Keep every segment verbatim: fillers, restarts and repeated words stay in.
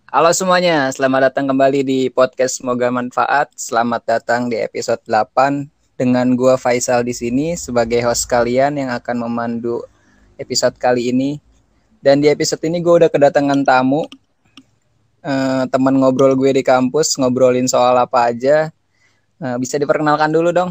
Halo semuanya, selamat datang kembali di podcast Semoga Manfaat. Selamat datang di episode delapan dengan gua Faisal di sini sebagai host kalian yang akan memandu episode kali ini. Dan di episode ini gue udah kedatangan tamu, eh, teman ngobrol gue di kampus, ngobrolin soal apa aja. Eh, bisa diperkenalkan dulu dong.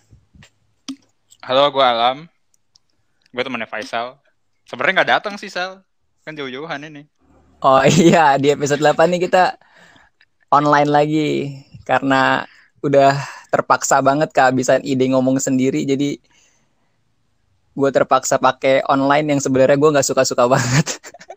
Halo, gue Alam. Gue temennya Faisal. Sebenarnya nggak datang sih, Sal. Kan jauh-jauhan ini. Oh iya, di episode delapan nih kita online lagi karena udah terpaksa banget kehabisan ide ngomong sendiri, jadi gue terpaksa pakai online yang sebenarnya gue nggak suka-suka banget.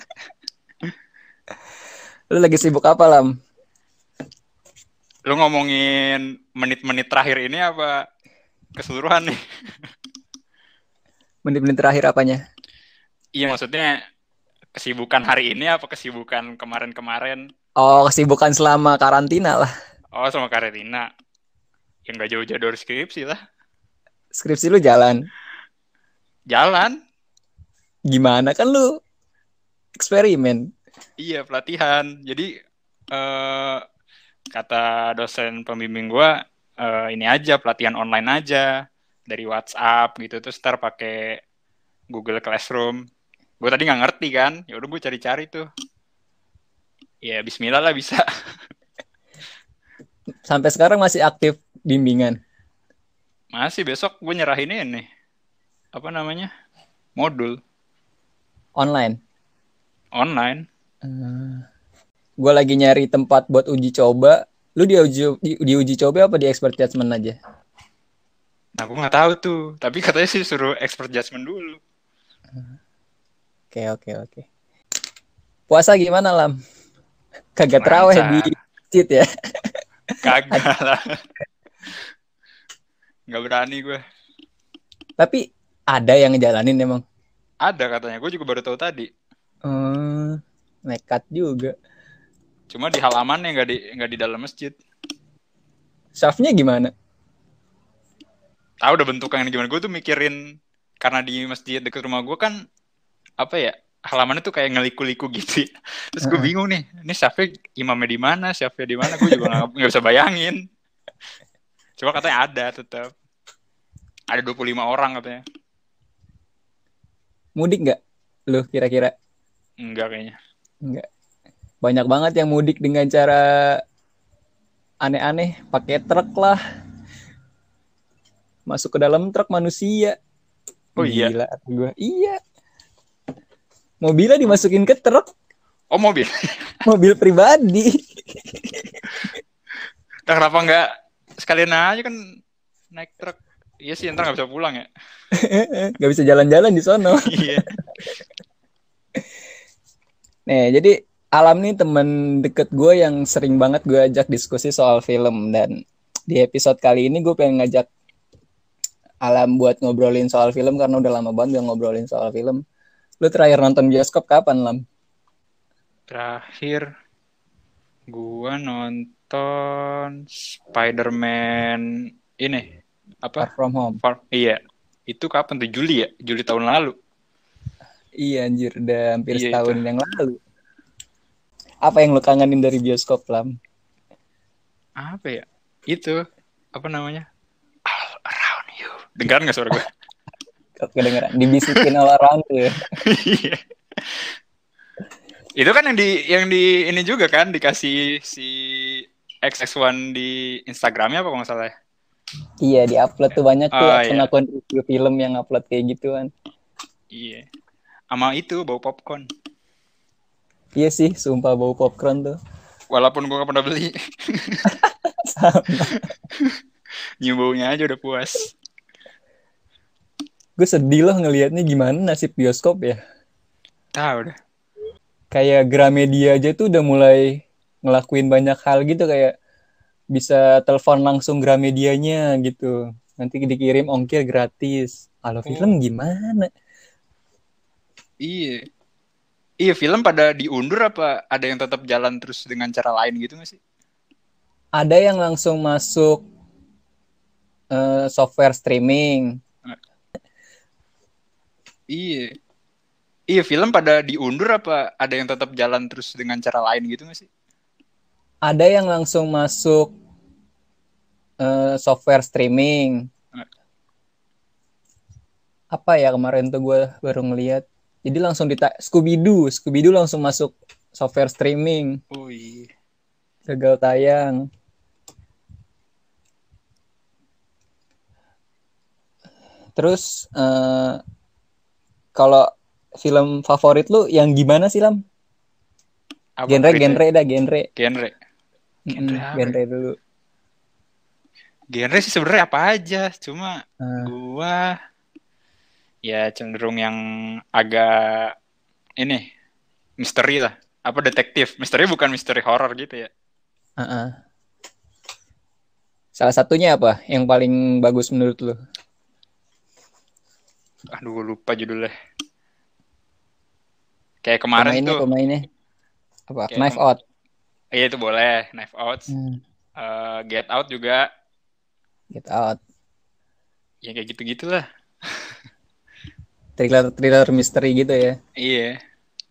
Lu lagi sibuk apa, Lam? Lu ngomongin menit-menit terakhir ini apa keseluruhan nih? Menit-menit terakhir apanya? Iya, maksudnya kesibukan hari ini apa kesibukan kemarin-kemarin? Oh, kesibukan selama karantina lah. Oh, sama karantina. Yang nggak jauh-jauh dari skripsi lah. Skripsi lu jalan. Jalan. Gimana kan lu eksperimen? Iya, pelatihan. Jadi, eh, kata dosen pembimbing gue, eh, ini aja, pelatihan online aja. Dari WhatsApp gitu. Terus ntar pakai Google Classroom. Gue tadi nggak ngerti kan, ya udah gue cari-cari tuh. Ya Bismillah lah bisa. Sampai sekarang masih aktif bimbingan Masih besok gue nyerahin ini. Apa namanya? Modul online. online. Hmm. Gue lagi nyari tempat buat uji coba. Lu di uji, di, di uji coba apa di expert judgment aja? Nah gue nggak tahu tuh. Tapi katanya sih suruh expert judgment dulu. Oke, oke, oke. Puasa gimana, Lam? Kagak terawih di Lancar. masjid ya? Kagak lah. Nggak berani gue. Tapi ada yang ngejalanin emang. Ada katanya. Gue juga baru tahu tadi. Hmm, nekat juga. Cuma di halamannya nggak di nggak di dalam masjid. Syafnya gimana? Tahu udah bentukannya gimana. Gue tuh mikirin karena di masjid dekat rumah gue kan apa ya, halamannya tuh kayak ngeliku-liku gitu. Terus gue Uh-uh. bingung nih, ini Syafiq imamnya di mana, Syafiq di mana, gue juga nggak bisa bayangin. Coba katanya ada tetap. Ada dua puluh lima orang katanya. Mudik nggak? Lu kira-kira? Enggak kayaknya. Nggak. Banyak banget yang mudik dengan cara aneh-aneh. Pakai truk lah. Masuk ke dalam truk manusia. Oh iya. Gila gue. Iya. Mobilnya dimasukin ke truk. Oh mobil. Mobil pribadi. Nah, kenapa nggak sekalian aja kan naik truk? Iya sih, ntar nggak bisa pulang ya. Gak bisa jalan-jalan di sono. Iya. Nih, jadi Alam nih temen deket gue yang sering banget gue ajak diskusi soal film. Dan di episode kali ini gue pengen ngajak Alam buat ngobrolin soal film karena udah lama banget gak ngobrolin soal film. Lu terakhir nonton bioskop kapan, Lam? Terakhir gua nonton Spider-Man ini apa? Far From Home. Far, iya. Itu kapan tuh? Juli ya? Juli tahun lalu. Iya anjir, udah hampir Iya setahun itu. yang lalu. Apa yang lu kangenin dari bioskop, Lam? Apa ya? Itu apa namanya? All around you. Dengar nggak suara gue? Kedengeran, dibisikin all around ya. Iya. Itu kan yang di yang di ini juga kan dikasih si X X satu di Instagramnya apa kalau nggak salah ya? Iya, di-upload tuh banyak tuh Oh iya. akun-akun review film yang upload kayak gituan. Iya. Sama itu bau popcorn. Iya sih, sumpah bau popcorn tuh. Walaupun gue gak pernah beli. Sama. Nyium baunya aja udah puas. Gue sedih loh ngelihatnya gimana nasib bioskop ya. Tahu dah. Kayak Gramedia aja tuh udah mulai ngelakuin banyak hal gitu, kayak bisa telepon langsung Gramedianya gitu. Nanti dikirim ongkir gratis. Kalau film Oh. gimana? Iya. Iya, film pada diundur apa ada yang tetap jalan terus dengan cara lain gitu gak sih? Ada yang langsung masuk uh, software streaming. Iya. Iya, film pada diundur apa ada yang tetap jalan terus dengan cara lain gitu gak sih? ada yang langsung masuk uh, software streaming. Apa ya kemarin tuh gue baru ngeliat. Jadi langsung di Scooby-Doo, Scooby-Doo langsung masuk software streaming. Oh iya. Gagal tayang. Terus uh, kalau film favorit lu yang gimana sih, Lam? Apa genre berita? genre dah genre. Genre. Genre Mm-mm, apa? genre dulu. Genre sih sebenarnya apa aja, cuma Uh. gua ya cenderung yang agak ini misteri lah. Apa detektif? Misteri bukan misteri horor gitu ya. Uh-uh. Salah satunya apa yang paling bagus menurut lu? Aduh, gue lupa judulnya. Kayak kemarin Pemainnya tuh. pemainnya apa? Kayak Knife kem- Out. Iya itu boleh, Knife Out. Hmm. Uh, Get Out juga. Get Out. Ya kayak gitu-gitulah. Thriller thriller misteri gitu ya. Iya.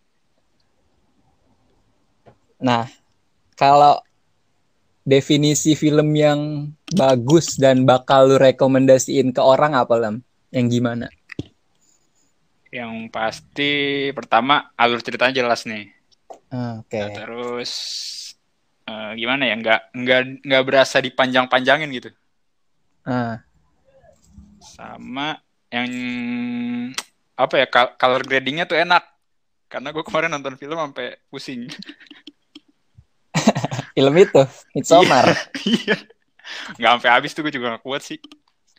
Nah, kalau definisi film yang bagus dan bakal lu rekomendasiin ke orang apa, Lam? Yang gimana? Yang pasti pertama alur ceritanya jelas nih. Ah, Oke. Okay. Nah, terus uh, gimana ya? Nggak nggak nggak berasa dipanjang-panjangin gitu. Ah. Sama yang apa ya? Color gradingnya tuh enak. Karena gue kemarin nonton film sampai pusing. Film itu Midsommar. Iya. Nggak sampai habis tuh gue juga nggak kuat sih.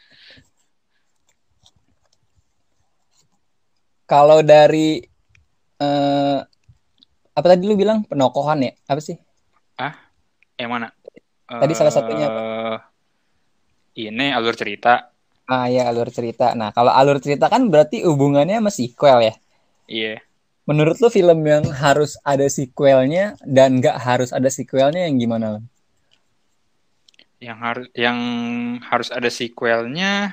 Kalau dari uh, apa tadi lu bilang penokohan ya? Apa sih? Ah, yang mana? Tadi uh, salah satunya apa? Ini alur cerita. Ah ya alur cerita. Nah kalau alur cerita kan berarti hubungannya sama sequel ya? Iya. Menurut lu film yang harus ada sequelnya dan nggak harus ada sequelnya yang gimana? Yang harus yang harus ada sequelnya,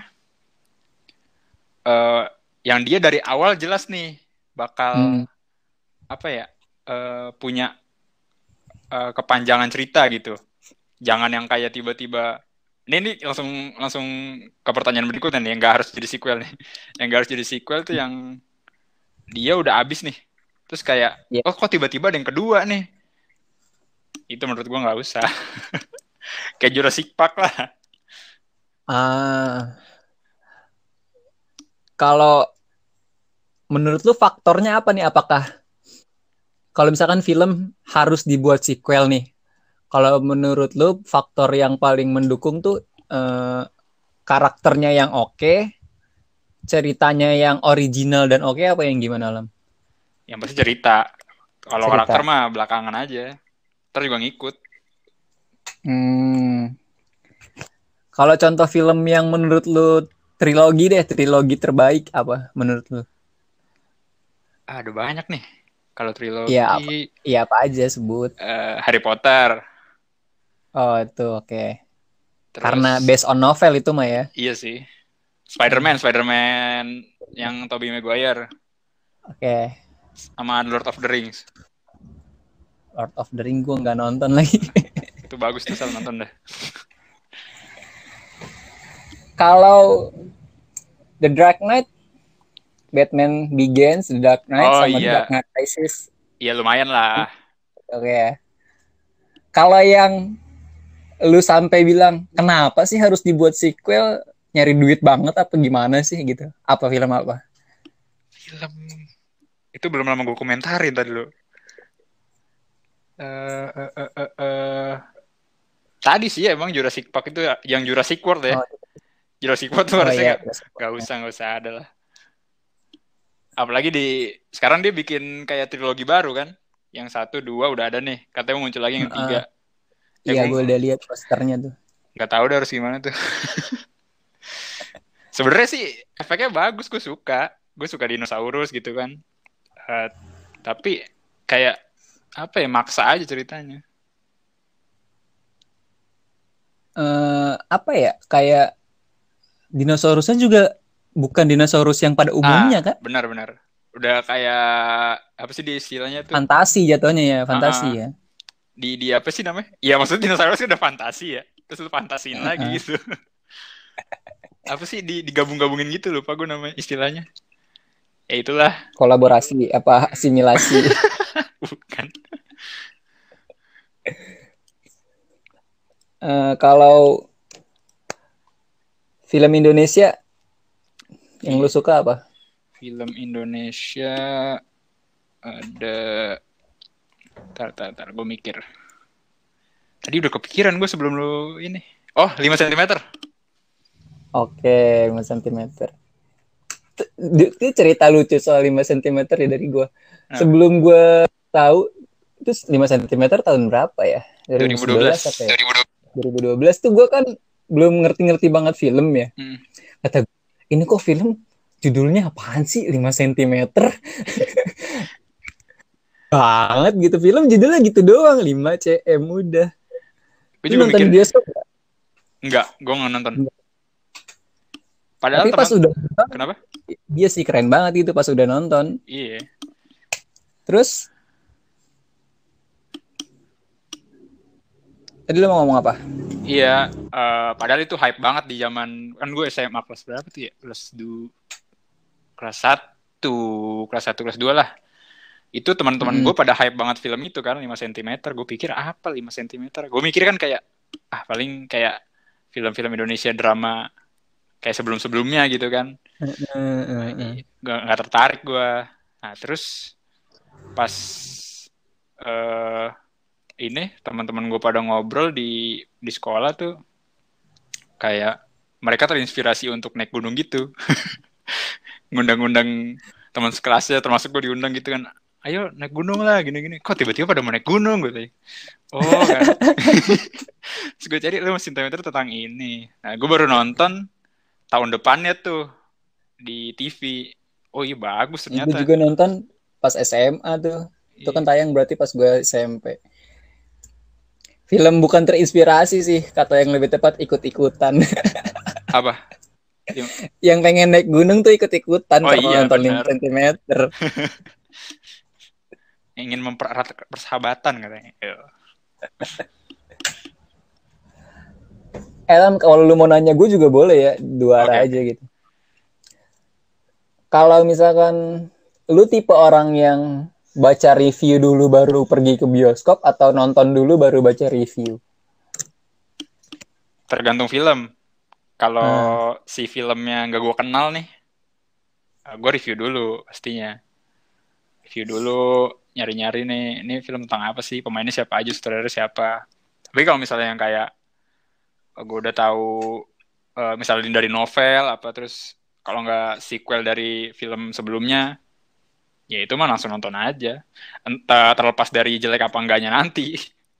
uh, yang dia dari awal jelas nih bakal hmm. apa ya uh, punya uh, kepanjangan cerita gitu. Jangan yang kayak tiba-tiba ini, ini langsung langsung ke pertanyaan berikutnya nih, yang nggak harus jadi sequel nih. Yang nggak harus jadi sequel tuh yang dia udah abis nih, terus kayak yeah. oh kok tiba-tiba ada yang kedua nih. Itu menurut gua nggak usah. Kayak Jurassic Park lah. Ah, kalau menurut lu faktornya apa nih? Apakah kalau misalkan film harus dibuat sequel nih? Kalau menurut lu faktor yang paling mendukung tuh eh, karakternya yang oke, okay, ceritanya yang original dan oke okay, apa yang gimana, Lam? Yang pasti cerita. Kalau karakter mah belakangan aja. Ntar juga ngikut. Hmm. Kalau contoh film yang menurut lu trilogi deh, trilogi terbaik apa menurut lu? Ah, ada banyak nih. Kalau trilogi. Iya apa, ya, apa aja sebut. Uh, Harry Potter. Oh itu oke. Okay. Karena based on novel itu mah ya. Iya sih. Spider-Man, Spider-Man yang Tobey Maguire. Oke. Okay. Sama Lord of the Rings. Lord of the Rings gue nggak nonton lagi. Itu bagus tuh, Sal, nonton dah. Kalau The Dark Knight, Batman Begins, The Dark Knight, oh, sama iya. The Dark Knight Rises. Iya lumayan lah. Oke. Okay. Kalau yang lu sampai bilang kenapa sih harus dibuat sequel, nyari duit banget apa gimana sih gitu? Apa film apa? Film itu belum lama gue komentarin tadi lo. Uh, uh, uh, uh, uh. Tadi sih ya, emang Jurassic Park itu yang Jurassic World ya. Oh. Jurassic World tuh oh, harusnya iya, gak, gak usah gak usah ada lah. Apalagi di sekarang dia bikin kayak trilogi baru kan. Yang satu dua udah ada nih. Katanya muncul lagi yang tiga. Uh. Iya, gue udah lihat posternya tuh. Gak tahu deh harus gimana tuh. Sebenarnya sih efeknya bagus, gue suka. Gue suka dinosaurus gitu kan. Uh, tapi kayak apa ya, maksa aja ceritanya. Uh, apa ya, kayak dinosaurusnya juga bukan dinosaurus yang pada umumnya ah, kan? Benar-benar. Udah kayak apa sih di istilahnya tuh? Fantasi jatuhnya ya, fantasi uh-uh. ya. di di apa sih namanya? Ya maksudnya dinosaurus udah fantasi ya. Terus lu fantasiin Uh-uh. lagi gitu. Apa sih di digabung-gabungin gitu, lupa gue namanya istilahnya. Ya itulah. Kolaborasi apa asimilasi. Bukan. Uh, kalau film Indonesia yang lu suka apa? Film Indonesia ada, tar tar tar gue mikir. Tadi udah kepikiran gue sebelum lu ini. Oh, lima sentimeter. Oke, lima sentimeter. Itu cerita lucu soal lima sentimeter ya dari gue. Nah. Sebelum gue tahu itu lima sentimeter tahun berapa ya? dua ribu dua belas apa ya? dua ribu dua belas tuh gue kan belum ngerti-ngerti banget film ya. Hmm. Kata ini kok film judulnya apaan sih lima sentimeter? Banget gitu, film judulnya gitu doang, lima cm udah. Gue juga nonton mikir, bioskop gak? Enggak, gue gak nonton. Enggak. Padahal tapi pas teman... udah kenapa? Dia sih keren banget gitu pas udah nonton. Iya. Terus tadi lo mau ngomong apa? Iya, uh, padahal itu hype banget di zaman kan gue S M A kelas berapa tuh ya? Kelas dua, kelas satu, kelas satu, kelas dua lah. Itu teman-teman hmm. gue pada hype banget film itu kan, lima sentimeter. Gue pikir apa lima sentimeter? Gue mikir kan kayak ah paling kayak film-film Indonesia drama kayak sebelum-sebelumnya gitu kan. Hmm. Gak, gak tertarik gue. Nah terus pas uh, ini teman-teman gue pada ngobrol di di sekolah tuh kayak mereka terinspirasi untuk naik gunung gitu. Ngundang-ngundang teman sekelasnya, termasuk gue diundang gitu kan. Ayo naik gunung lah gini-gini. Kok tiba-tiba pada mau naik gunung gitu. Oh kan. Terus gue cari lima sentimeter tentang ini. Nah gue baru nonton tahun depannya tuh di T V. Oh iya bagus ternyata. Gue juga nonton pas S M A tuh. Itu kan tayang berarti pas gue S M P. Film bukan terinspirasi sih, kata yang lebih tepat ikut-ikutan. Apa? Yang pengen naik gunung tuh ikut-ikutan oh, karena iya, nonton lima sentimeter. Ingin mempererat persahabatan katanya. Elam, kalau lu mau nanya gue juga boleh ya, dua arah okay. aja gitu. Kalau misalkan lu tipe orang yang baca review dulu baru pergi ke bioskop atau nonton dulu baru baca review? Tergantung film. Kalau hmm. si filmnya nggak gue kenal nih, gue review dulu pastinya. Review dulu, nyari-nyari nih, ini film tentang apa sih, pemainnya siapa aja, sutradara siapa. Tapi kalau misalnya yang kayak gue udah tahu, uh, misalnya dari novel apa terus kalau nggak sequel dari film sebelumnya, ya itu mah langsung nonton aja. Entah terlepas dari jelek apa enggaknya nanti.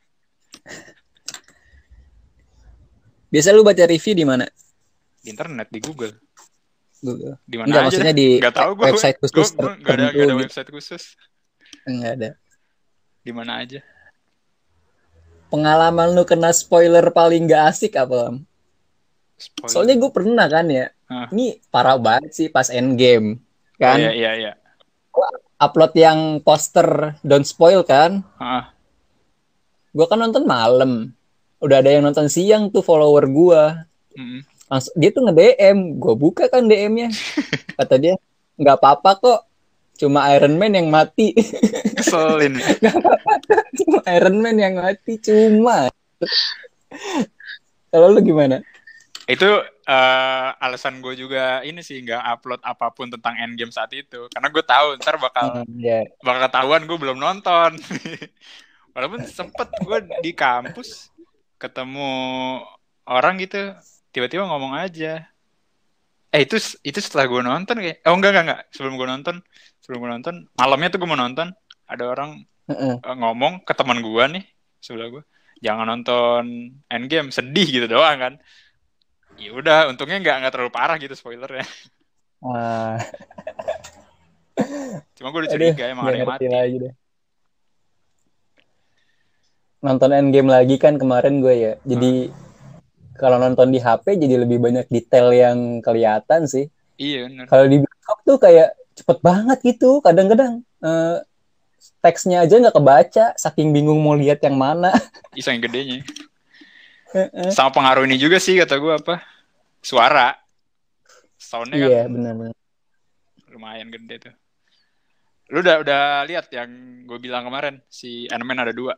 Biasa lu baca review di mana? Di internet, di Google. Google. Di mana aja? Maksudnya di Nggak tahu gue, website khusus. Gue nggak ada, nggak ada website khusus. Nggak ada. Di mana aja? Pengalaman lu kena spoiler paling nggak asik apa? Spoiler. Soalnya gue pernah kan ya. Huh. Ini parah banget sih pas Endgame. Kan? Oh, iya, iya, iya. Upload yang poster Don't Spoil kan? Huh. Gue kan nonton malam. Udah ada yang nonton siang tuh follower gue. Mm-hmm. Langsung dia tuh nge-D M. Gue buka kan D M-nya. Kata dia, nggak apa-apa kok. Cuma Iron Man yang mati. Keselin. Nggak apa-apa. Cuma Iron Man yang mati. Cuma. Kalau lu gimana? Itu uh, alasan gue juga ini sih nggak upload apapun tentang Endgame saat itu. Karena gue tahu ntar bakal hmm, yeah. bakal ketahuan gue belum nonton. Walaupun sempet gue di kampus ketemu orang gitu, tiba-tiba ngomong aja. Eh itu itu setelah gue nonton kayak, oh enggak enggak enggak sebelum gue nonton, sebelum gue nonton malamnya tuh gue mau nonton, ada orang uh-uh. ngomong ke teman gue nih sebelah gue, jangan nonton Endgame, sedih gitu doang kan. Ya udah, untungnya nggak nggak terlalu parah gitu spoilernya. Uh. Cuma gue udah curiga Aduh, emang ada yang mati. Lagi deh. Nonton Endgame lagi kan kemarin gue ya, jadi hmm. kalau nonton di H P jadi lebih banyak detail yang kelihatan sih. Iya benar. Kalau di bioskop tuh kayak cepet banget gitu, kadang-kadang uh, teksnya aja nggak kebaca, saking bingung mau lihat yang mana. Iseng gedenya. Sama pengaruh ini juga sih kata gue apa? Suara. Soundnya kan Iya benar-benar. lumayan gede tuh. Lu udah udah lihat yang gue bilang kemarin si Ant-Man ada dua.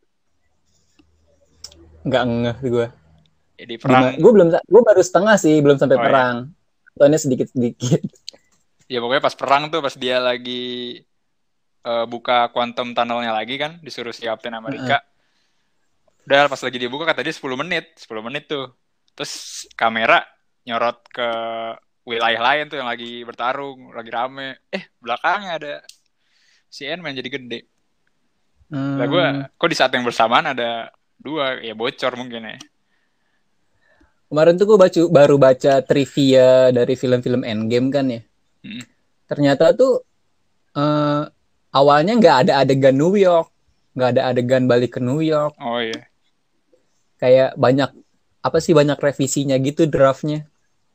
Nggak ngeh gue. Jadi perang. Gue belum, gue baru setengah sih, belum sampai Oh, perang. Tontonnya sedikit-sedikit. Ya pokoknya pas perang tuh pas dia lagi uh, buka quantum tunnelnya lagi kan, disuruh si Captain America. Uh-uh. Udah pas lagi dia buka kata dia sepuluh menit, sepuluh menit tuh. Terus kamera nyorot ke wilayah lain tuh yang lagi bertarung, lagi rame. Eh, belakangnya ada si Ant-Man jadi gede. Hmm. Lah gue, kok di saat yang bersamaan ada dua, ya bocor mungkin ya. Kemarin tuh gue baca, baru baca trivia dari film-film Endgame kan ya. Hmm. Ternyata tuh uh, awalnya nggak ada adegan New York, nggak ada adegan balik ke New York. Oh iya. Kayak banyak apa sih banyak revisinya gitu draftnya.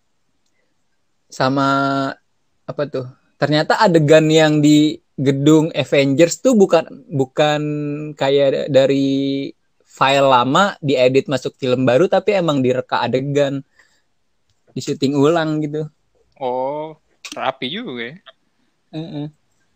Sama apa tuh? Ternyata adegan yang di gedung Avengers tuh bukan bukan kayak dari file lama diedit masuk film baru, tapi emang direka adegan, di syuting ulang gitu. Oh, rapi juga ya. Uh-uh.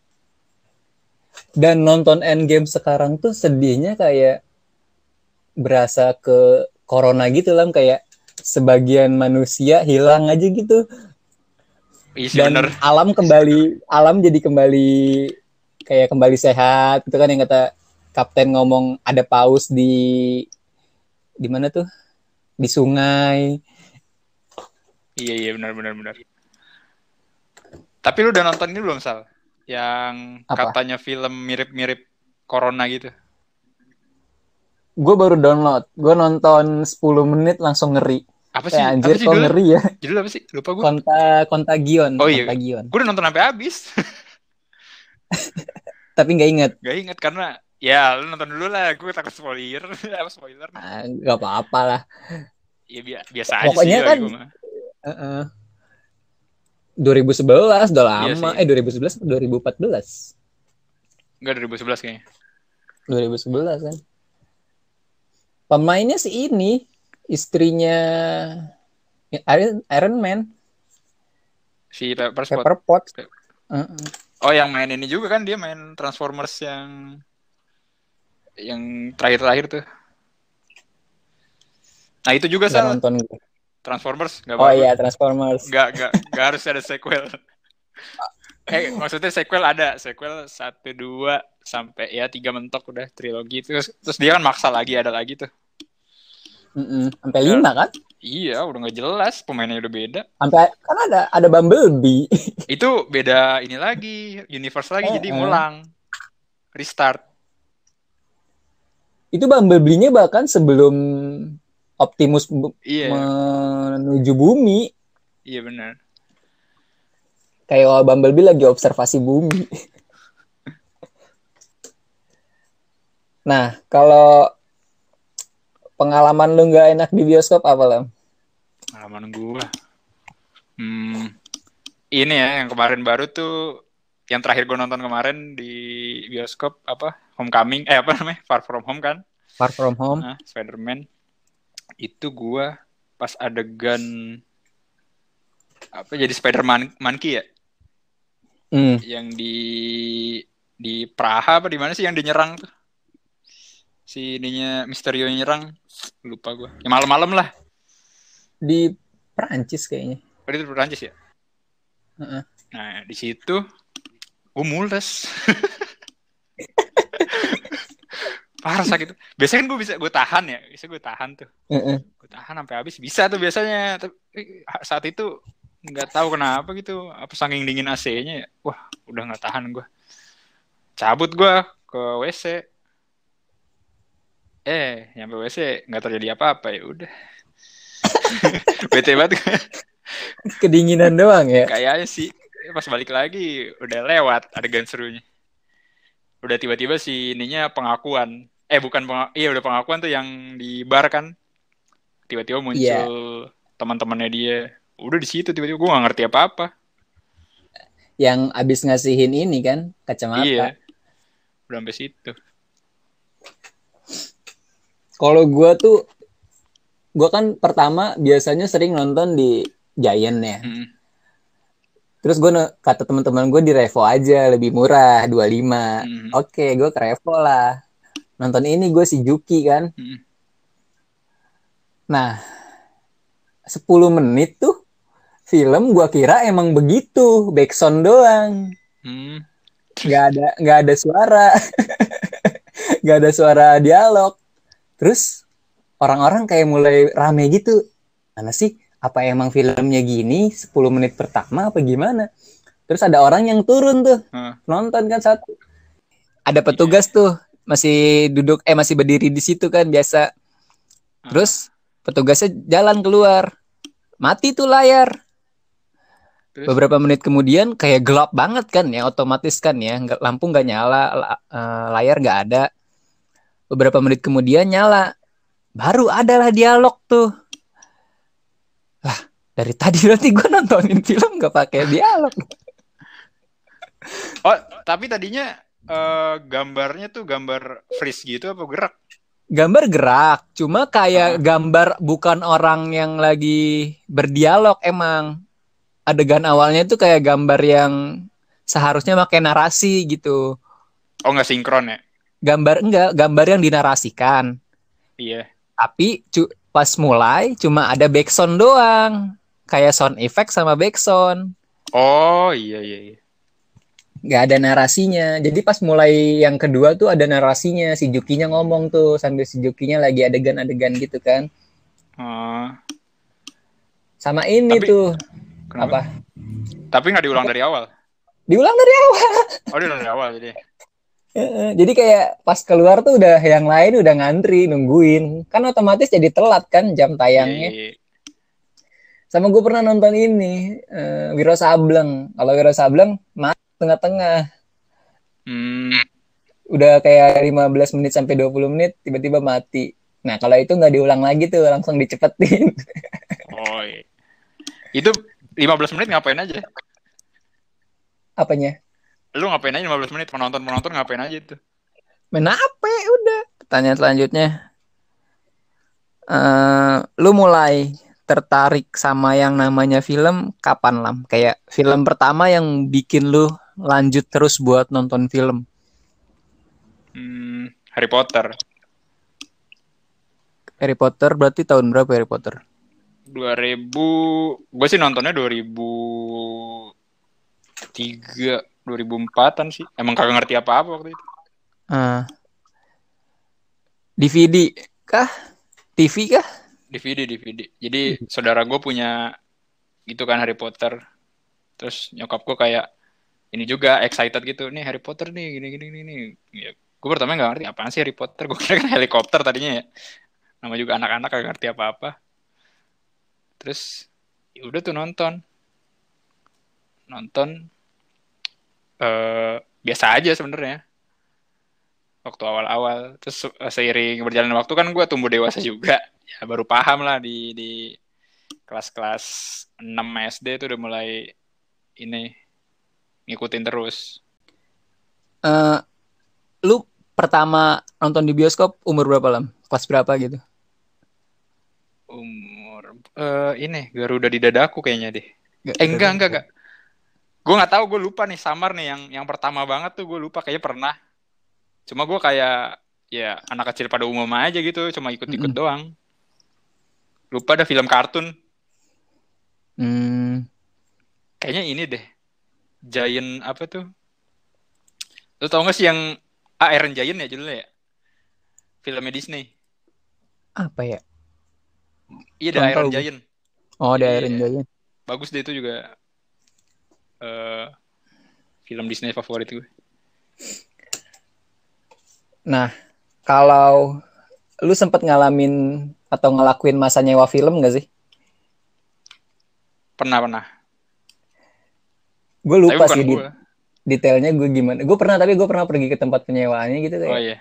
Dan nonton Endgame sekarang tuh sedihnya kayak berasa ke corona gitu lah, kayak sebagian manusia hilang aja gitu. Isi dan bener. alam kembali alam jadi kembali kayak kembali sehat gitu kan, yang kata Kapten ngomong ada paus di di mana tuh, di sungai. Iya iya benar benar benar. Tapi lu udah nonton ini belum, Sal? Yang apa? Katanya film mirip-mirip Corona gitu. Gue baru download. Gue nonton sepuluh menit langsung ngeri. Apa sih? Eh, anjir, apa sih kok ngeri ya? Judul apa sih? Lupa gue. Konta, Kontagion. Oh iya. Kontagion. Gue udah nonton sampai habis. Tapi nggak inget. Gak inget karena ya lu nonton dulu lah. Gue takut spoiler. Apa spoiler? Ah, gak apa-apa lah. Ya bi- biasa Pokoknya aja sih. Kan, uh-uh. dua ribu sebelas udah lama. Iya eh dua ribu sebelas atau dua ribu empat belas? Enggak, dua ribu sebelas kayaknya. dua ribu sebelas kan. Pemainnya sih ini, istrinya Iron, Iron Man. Si Pepper Spot. Pepper Pot. Uh-uh. Oh, yang main ini juga kan, dia main Transformers yang yang terakhir-terakhir tuh. Nah, itu juga Sal. Nonton gue. Transformers nggak oh bagus. iya Transformers nggak nggak nggak harus ada sequel. eh maksudnya sequel ada sequel satu dua sampai ya tiga mentok udah trilogi, terus terus dia kan maksa lagi ada lagi tuh. Mm-mm. Sampai ya, lima kan? Iya udah nggak jelas, pemainnya udah beda. Sampai kan ada ada Bumblebee. Itu beda ini lagi, universe lagi, eh, jadi eh. ngulang restart. Itu Bumblebee-nya bahkan sebelum Optimus iya. menuju bumi. Iya benar. Kayak Bumblebee lagi observasi bumi. Nah, kalau pengalaman lu nggak enak di bioskop apa, Lam? Pengalaman gue, hmm, ini ya yang kemarin baru tuh, yang terakhir gue nonton kemarin di bioskop apa? Homecoming, eh apa namanya? Far From Home kan? Far From Home. Nah, Spider-Man. Itu gue pas adegan apa jadi Spider-Man monkey ya, mm. yang di di Praha apa di mana sih yang dinyerang tuh, si ininya Mysterio nyerang, lupa gue, ya malam-malam lah di Perancis kayaknya. Oh itu Perancis ya. Uh-uh. Nah di situ gue mules. Parah sakit. Biasanya kan gue bisa gue tahan ya, bisa gue tahan tuh. Uh-uh. Gue tahan sampai habis bisa tuh biasanya. Tapi saat itu nggak tahu kenapa gitu, apa saking dingin A C-nya ya. Wah, udah nggak tahan gue. Cabut gue ke W C. Eh, nyampe W C nggak terjadi apa-apa, ya udah. Bete banget. Kedinginan doang ya. Kayaknya sih pas balik lagi udah lewat adegan serunya. Udah tiba-tiba si ininya pengakuan. Eh bukan peng- iya udah pengakuan tuh yang di bar kan. Tiba-tiba muncul yeah. teman-temannya dia. Udah di situ tiba-tiba gue nggak ngerti apa-apa. Yang abis ngasihin ini kan kacamata. Iya. udah sampai situ. Kalau gue tuh, gue kan pertama biasanya sering nonton di Giant ya. Hmm. Terus gue kata teman-teman gue di Revo aja, lebih murah, dua puluh lima. Hmm. Oke, gue ke Revo lah. Nonton ini gue si Juki kan. Hmm. Nah, sepuluh menit tuh film gue kira emang begitu, backsound doang. Hmm. Nggak ada, nggak ada suara. Nggak ada suara dialog. Terus orang-orang kayak mulai rame gitu. Mana sih? Apa emang filmnya gini sepuluh menit pertama apa gimana? Terus ada orang yang turun tuh. Hmm. Nonton kan satu. Ada petugas yeah. tuh masih duduk eh masih berdiri di situ kan biasa. Terus petugasnya jalan keluar. Mati tuh layar. Terus? Beberapa menit kemudian kayak gelap banget kan ya, otomatis kan ya, lampu nggak nyala, layar nggak ada. Beberapa menit kemudian nyala. Baru adalah dialog tuh. Lah, dari tadi nanti gue nontonin film gak pakai dialog. Oh, tapi tadinya uh, gambarnya tuh gambar freeze gitu apa gerak? Gambar gerak, cuma kayak uh. gambar bukan orang yang lagi berdialog emang. Adegan awalnya tuh kayak gambar yang seharusnya pakai narasi gitu. Oh, nggak sinkron ya? Gambar enggak, gambar yang dinarasikan. Iya. Tapi cu- pas mulai cuma ada backsound doang. Kayak sound effect sama backsound. Oh iya iya iya. Gak ada narasinya. Jadi pas mulai yang kedua tuh ada narasinya. Si Jukinya ngomong tuh sambil si Jukinya lagi adegan-adegan gitu kan. Uh, sama ini tapi, tuh. kenapa? Apa? Tapi gak diulang dari awal? Diulang dari awal. Oh diulang dari awal jadi. Jadi kayak pas keluar tuh udah yang lain udah ngantri nungguin, kan otomatis jadi telat kan jam tayangnya. Yeah, yeah. Sama gue pernah nonton ini uh, Wiro Sableng. Kalau Wiro Sableng mati tengah-tengah. Hmm. Udah kayak lima belas menit sampai dua puluh menit tiba-tiba mati. Nah kalau itu nggak diulang lagi tuh langsung dicepetin. Oh iya. Itu lima belas menit ngapain aja? Apanya? Lu ngapain aja lima belas menit? Penonton-penonton ngapain aja itu? Main H P udah. Pertanyaan selanjutnya. Uh, lu mulai tertarik sama yang namanya film kapan, Lam? Kayak film pertama yang bikin lu lanjut terus buat nonton film? Hmm, Harry Potter. Harry Potter berarti tahun berapa Harry Potter? dua ribu. Gue sih nontonnya dua ribu tiga, dua ribu empatan sih. Emang kagak ngerti apa-apa waktu itu. Uh, D V D kah? T V kah? D V D, D V D. Jadi saudara gue punya gitu kan Harry Potter. Terus nyokap gue kayak ini juga excited gitu. Nih Harry Potter nih, gini-gini gini. Ya, gue pertama nggak ngerti apaan sih Harry Potter. Gue kira kan helikopter tadinya ya. Nama juga anak-anak kagak ngerti apa-apa. Terus ya udah tuh nonton. Nonton. Uh, biasa aja sebenarnya. Waktu awal-awal. Terus seiring berjalan waktu kan gue tumbuh dewasa juga. Ya baru paham lah di di kelas-kelas enam S D itu udah mulai ini ngikutin terus. Uh, lu pertama nonton di bioskop umur berapa, Lam? Kelas berapa gitu? Umur uh, ini Garuda di dadaku kayaknya deh. Gak, eh enggak enggak enggak. Gue nggak tahu, gue lupa nih, samar nih yang yang pertama banget tuh gue lupa, kayaknya pernah. Cuma gue kayak ya anak kecil pada umum aja gitu, cuma ikut-ikut mm-hmm. doang. Lupa ada film kartun. Hmm. Kayaknya ini deh. Giant apa tuh? Lu tau gak sih yang ah, Iron Giant ya judulnya ya? Filmnya Disney. Apa ya? Iya, The Iron Giant. Oh, The Iron Giant. Bagus deh itu juga. Uh, film Disney favorit gue. Nah, kalau lu sempet ngalamin atau ngelakuin masa nyewa film gak sih? Pernah, pernah. Gue lupa sih di, detailnya gue gimana. Gue pernah, tapi gue pernah pergi ke tempat penyewaannya gitu kayak. Oh iya.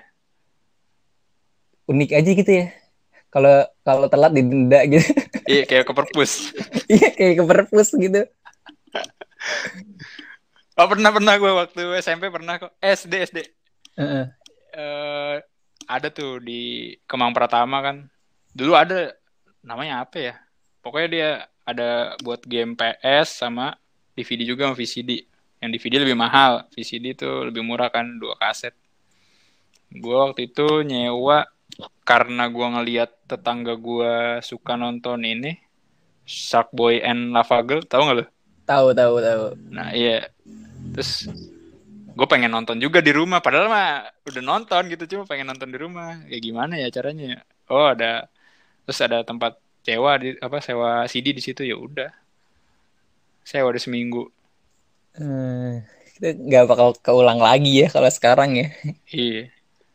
Unik aja gitu ya. Kalau kalau telat didenda gitu. Iya, kayak ke perpus. Iya, kayak ke perpus gitu. Oh, pernah pernah gue waktu S M P pernah kok. S D S D. Heeh. Eh, ada tuh di Kemang Pratama kan. Dulu ada namanya apa ya? Pokoknya dia ada buat game P S sama D V D juga sama V C D. Yang D V D lebih mahal, V C D tuh lebih murah kan, dua kaset. Gue waktu itu nyewa karena gue ngeliat tetangga gue suka nonton ini Sharkboy and Lava Girl, tahu nggak lo? Tahu tahu tahu. Nah iya, terus gue pengen nonton juga di rumah, padahal mah udah nonton gitu, cuma pengen nonton di rumah. Ya gimana ya caranya? Oh ada, terus ada tempat sewa di apa sewa C D di situ, ya udah sewa di seminggu. Hmm, itu nggak bakal keulang lagi ya kalau sekarang ya. Iya.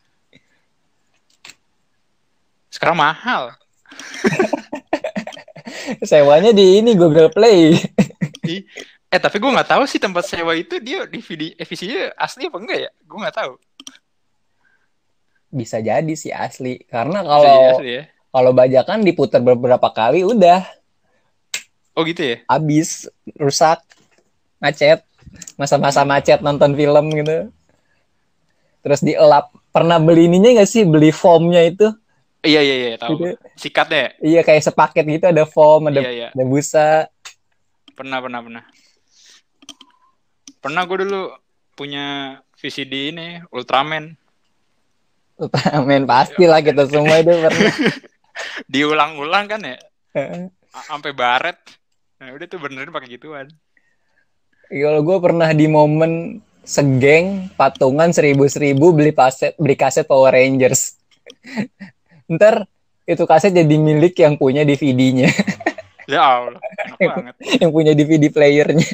Sekarang mahal. Sewanya di ini Google Play. Ih. Eh tapi gue nggak tahu sih tempat sewa itu dia D V D, eh, V C D asli apa enggak ya? Gue nggak tahu. Bisa jadi sih asli. Karena Bisa jadi kalau asli ya. kalau bajakan diputar beberapa kali udah Oh gitu ya? habis, rusak, macet. Masa-masa Hmm. macet nonton film gitu. Terus dielap. Pernah beli ininya nggak sih? Beli foamnya itu? Iya iya iya tahu. Gitu. Sikatnya ya? Iya kayak sepaket gitu, ada foam, ada, Iya iya. ada busa. Pernah pernah pernah. Pernah gue dulu punya V C D ini Ultraman. Ultraman pasti lah, kita semua itu pernah. Diulang-ulang kan ya? Sampai baret. Nah udah tuh benerin pakai gituan. Kalau gue pernah di momen segeng patungan seribu seribu beli kaset beli kaset Power Rangers. Ntar itu kaset jadi milik yang punya D V D-nya, Ya Allah, enak banget. yang punya D V D playernya.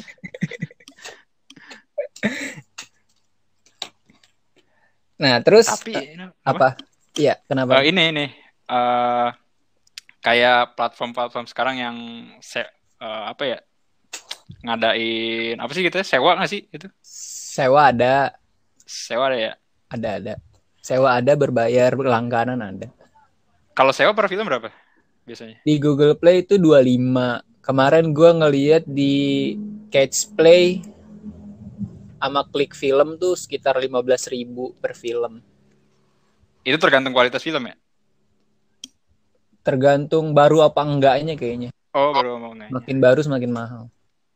Nah terus Tapi uh, apa? Iya kenapa? Uh, ini ini uh, kayak platform-platform sekarang yang se uh, apa ya ngadain apa sih gitu ya, sewa nggak sih itu? Sewa ada, Sewa ada ya. ada ada. Sewa ada, berbayar berlangganan ada. Kalau sewa per film berapa biasanya? Di Google Play itu dua puluh lima. Kemarin gue ngeliat di Catch Play sama Klik Film tuh sekitar lima belas ribu per film. Itu tergantung kualitas film ya? Tergantung baru apa enggaknya kayaknya. Oh baru ngomongnya. Makin baru semakin mahal.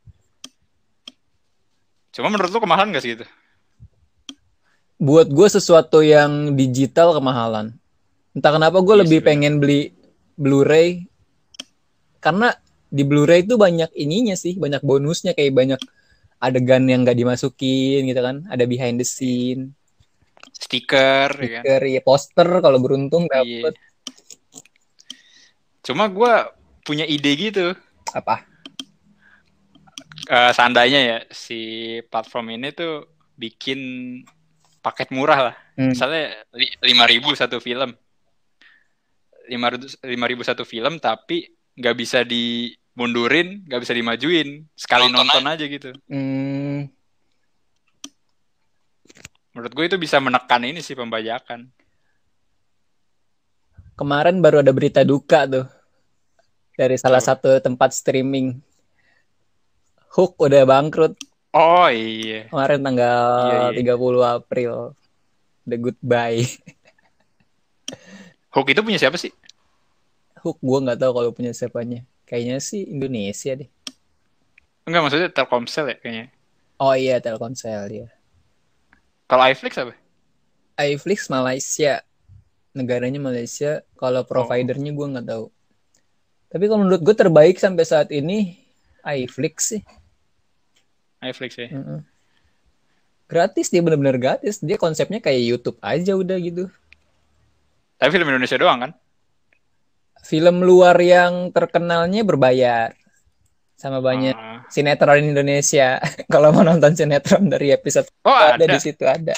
Cuma menurut lu kemahalan nggak sih itu? Buat gue sesuatu yang digital kemahalan. Entah kenapa gue Iya lebih sih, bener. pengen beli Blu-ray. Karena di Blu-ray itu banyak ininya sih, banyak bonusnya, kayak banyak adegan yang gak dimasukin gitu kan. Ada behind the scene. Stiker, ya kan? Stiker, ya poster kalau beruntung Iya. dapet. Cuma gue punya ide gitu. Apa? Uh, seandainya ya si platform ini tuh bikin paket murah lah. Hmm. Misalnya lima ribu satu film. lima ribu satu film tapi nggak bisa dimundurin, nggak bisa dimajuin. Sekali nonton, nonton aja gitu. Hmm. Menurut gue itu bisa menekan ini sih pembajakan. Kemarin baru ada berita duka tuh. Dari salah Coba. satu tempat streaming. Hook udah bangkrut. Oh iya. Kemarin tanggal iya, iya. tiga puluh April. The Goodbye. Hook itu punya siapa sih? Hook gue nggak tahu kalau punya siapanya. Kayaknya sih Indonesia deh. Enggak, maksudnya Telkomsel ya kayaknya. Oh iya, Telkomsel ya. Kalau iFlix apa? iFlix Malaysia. Negaranya Malaysia. Kalau providernya gue nggak tahu. Tapi kalau menurut gue terbaik sampai saat ini iFlix sih. iFlix ya. Mm-mm. Gratis, dia benar-benar gratis. Dia konsepnya kayak YouTube aja udah gitu. Tapi film Indonesia doang kan? Film luar yang terkenalnya berbayar. Sama banyak uh. sinetron Indonesia. Kalau mau nonton sinetron dari episode oh, ada. ada di situ ada.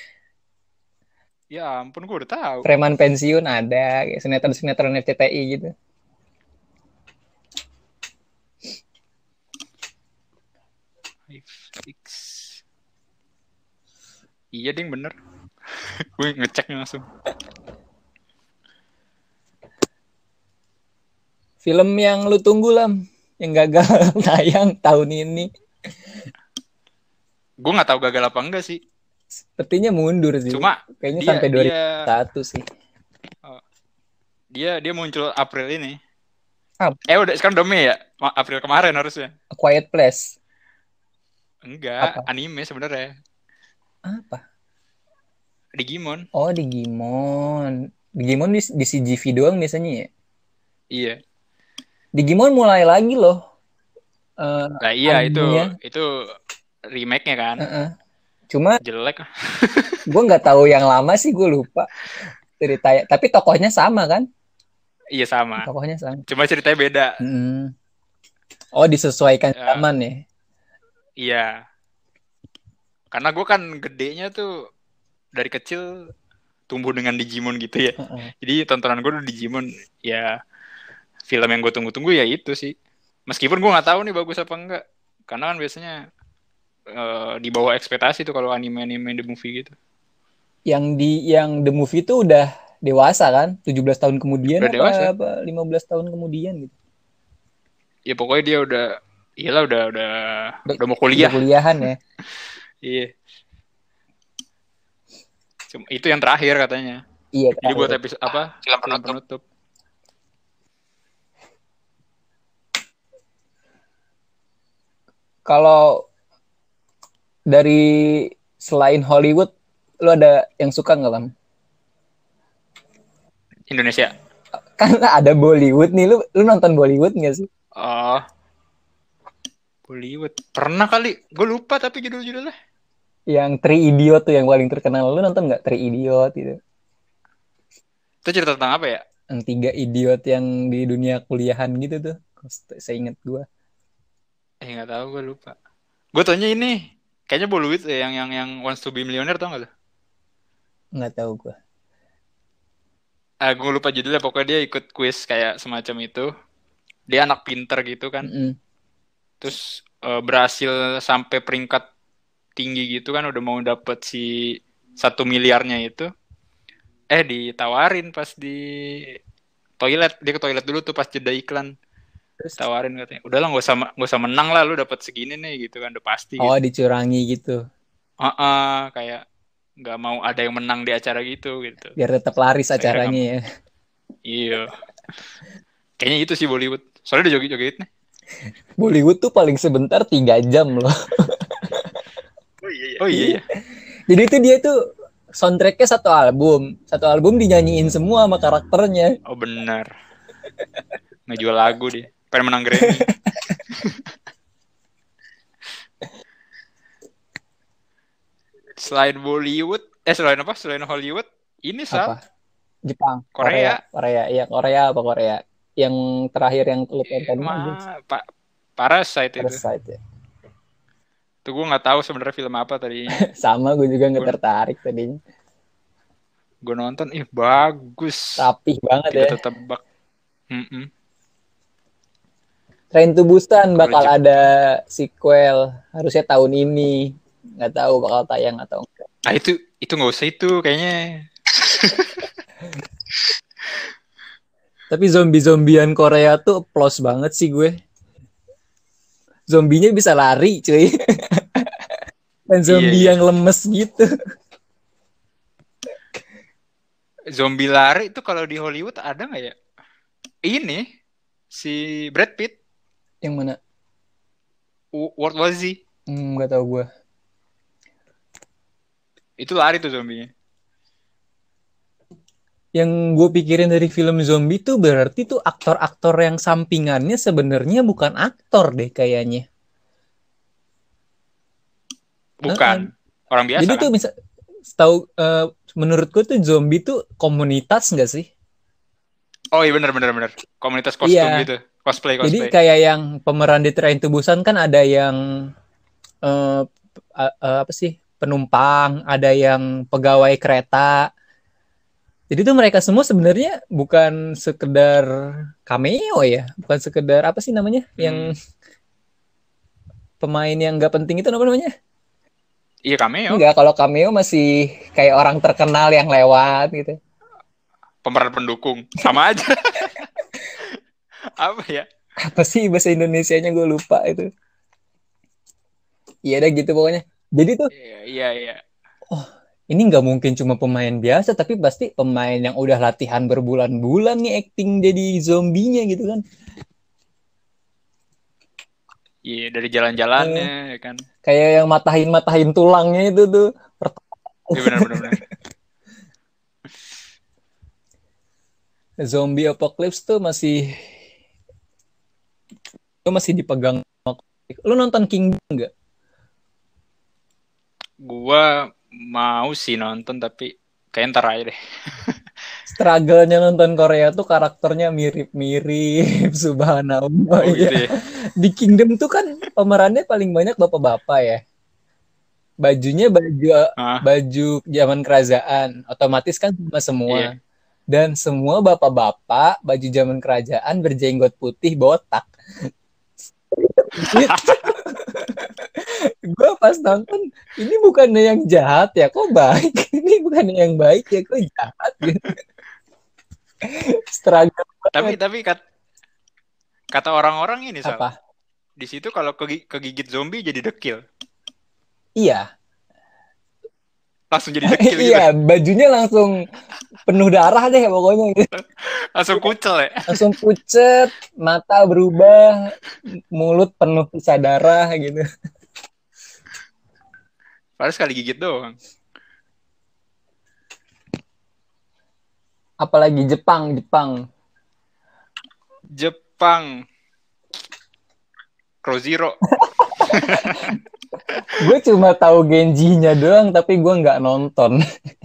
Ya ampun, gue udah tahu. Preman pensiun ada, kayak sinetron-sinetron R C T I gitu. iFlix. Iya ding bener. Gue ngeceknya langsung. Film yang lu tunggu lah, yang gagal tayang tahun ini. Gue nggak tahu gagal apa enggak sih. Sepertinya mundur sih. Cuma kayaknya dia sampai dua ribu satu dia sih. oh, dia dia muncul April ini. Ah, Eh udah sekarang udah Mei ya? April kemarin harusnya. A Quiet Place. Enggak, Apa? anime sebenarnya. Apa? Digimon. Oh, Digimon. Digimon di, di C G V doang biasanya ya? Iya. Digimon mulai lagi loh. Uh, Nah iya itu animenya. itu remake-nya kan. Uh-uh. Cuma Jelek. gue nggak tahu yang lama sih, gue lupa ceritanya. Tapi tokohnya sama kan? Iya sama. Tokohnya sama. Cuma ceritanya beda. Hmm. Oh, disesuaikan Ya, zaman ya? iya. Karena gue kan gedenya tuh dari kecil tumbuh dengan Digimon gitu ya. Uh-uh. Jadi tontonan gue udah Digimon. Ya film yang gue tunggu-tunggu ya itu sih. Meskipun gue nggak tahu nih bagus apa enggak. Karena kan biasanya uh, di bawah ekspektasi tuh kalau anime-anime the movie gitu. Yang di yang the movie itu udah dewasa kan? tujuh belas tahun kemudian Udah apa dewasa. apa lima belas tahun kemudian gitu. Ya pokoknya dia udah iyalah udah udah Udah, udah mau kuliah. Udah kuliahan ya. Iya. Cuma itu yang terakhir katanya. Iya. Jadi buat episode apa? Film penutup. Film penutup. Kalau dari selain Hollywood, lu ada yang suka nggak, Lam? Indonesia. Kan ada Bollywood nih, lu lu nonton Bollywood nggak sih? Oh, Bollywood. Pernah kali, gue lupa tapi judul-judulnya. Yang Three Idiot tuh yang paling terkenal. Lu nonton nggak Three Idiot gitu? Itu cerita tentang apa ya? Yang tiga idiot yang di dunia kuliahan gitu tuh. Saya inget gue. Eh nggak tahu, gue lupa. Gue taunya ini, kayaknya Bollywood ya, yang yang yang Wants to be Millionaire, tau nggak lo? Nggak tahu gue. Ah, gue lupa judulnya. Pokoknya dia ikut quiz kayak semacam itu. Dia anak pinter gitu kan. Mm-mm. Terus uh, berhasil sampai peringkat tinggi gitu kan, udah mau dapet si satu miliarnya itu. Eh ditawarin pas di toilet, dia ke toilet dulu tuh pas jeda iklan. Terus, Tawarin katanya, udahlah nggak usah nggak usah menang lah, lu dapat segini nih gitu kan, udah pasti. oh, gitu. dicurangi gitu. Uh-uh, kayak nggak mau ada yang menang di acara gitu gitu. Biar tetap laris Saya acaranya gak... ya. Iya. Kayaknya itu sih Bollywood. Soalnya udah joget-joget nih. Bollywood tuh paling sebentar tiga jam loh. Oh iya iya. Oh iya iya. Jadi itu dia tuh soundtracknya satu album. Satu album dinyanyiin semua sama karakternya. Oh benar. Ngejual lagu dia. Pengen menang Grammy. Selain Bollywood, eh selain apa? Selain Hollywood, ini Sal. Apa? Jepang. Korea. Korea. Iya, Korea apa Korea? Yang terakhir yang lu tonton Ma, pa, Parasite, Parasite itu. Ya. Tuh gue nggak tahu sebenarnya film apa tadi. Sama, gue juga nggak tertarik tadinya. Gue nonton, ih bagus. Rapih banget Tidak ya. tertebak. Mm-mm. Train to Busan bakal Jep- ada sequel harusnya tahun ini. Nggak tahu bakal tayang atau enggak. Ah itu itu nggak usah itu kayaknya. Tapi zombie-zombian Korea tuh plus banget sih gue. Zombinya bisa lari cuy. Dan zombie Iya, iya. yang lemes gitu. Zombie lari itu kalau di Hollywood ada nggak ya? Ini si Brad Pitt. Yang mana? World War Z. Hmm, nggak tahu gue. Itu lari tuh zombinya. Yang gue pikirin dari film zombie tuh berarti tuh aktor-aktor yang sampingannya sebenarnya bukan aktor deh kayaknya. Bukan. Uh-uh. Orang biasa. Jadi kan? tuh bisa tahu uh, menurut gue tuh zombie tuh komunitas nggak sih? Oh iya benar benar benar. Komunitas kostum iya. gitu. Cosplay cosplay. Jadi kayak yang pemeran di Train to Busan kan ada yang uh, uh, uh, apa sih? Penumpang, ada yang pegawai kereta. Jadi tuh mereka semua sebenarnya bukan sekedar cameo ya, bukan sekedar apa sih namanya, hmm. yang pemain yang nggak penting itu apa namanya? Iya cameo. Enggak, kalau cameo masih kayak orang terkenal yang lewat gitu. Pemeran pendukung, sama aja. Apa ya? Apa sih bahasa Indonesianya, gue lupa itu. Iya deh gitu pokoknya. Jadi tuh. Iya iya. iya. Oh, ini nggak mungkin cuma pemain biasa, tapi pasti pemain yang udah latihan berbulan-bulan nih acting jadi zombinya gitu kan. Iya, dari jalan-jalannya Eh, ya kan. kayak yang matahin-matahin tulangnya itu tuh. Iya benar-benar benar. Zombie Apocalypse tuh masih tuh masih dipegang. Lu nonton Kingdom nggak? Gua mau sih nonton tapi kayak ntar aja deh. Struggle-nya nonton Korea tuh karakternya mirip-mirip. Subhanallah Oh ya. gitu ya. Di Kingdom tuh kan pemerannya paling banyak bapak-bapak ya. Bajunya baju Ah, baju zaman kerajaan, otomatis kan sama semua. iya. Dan semua bapak-bapak baju zaman kerajaan berjenggot putih botak. Gue pas nonton, ini bukannya yang jahat ya, kok baik? Ini bukannya yang baik ya, kok jahat? Gitu. Struggle Tapi banget. tapi kat, kata orang-orang ini Sal, Apa? di situ kalau kegi- kegigit zombie jadi dekil. Iya, Langsung jadi dekil gitu. iya, bajunya langsung penuh darah deh pokoknya. Gitu. Langsung kucel ya. Langsung pucet, mata berubah, mulut penuh sisa darah gitu. Padahal sekali gigit doang. Apalagi Jepang, Jepang. Jepang. Crow Zero. Gue cuma tahu Genji-nya doang, tapi gue nggak nonton.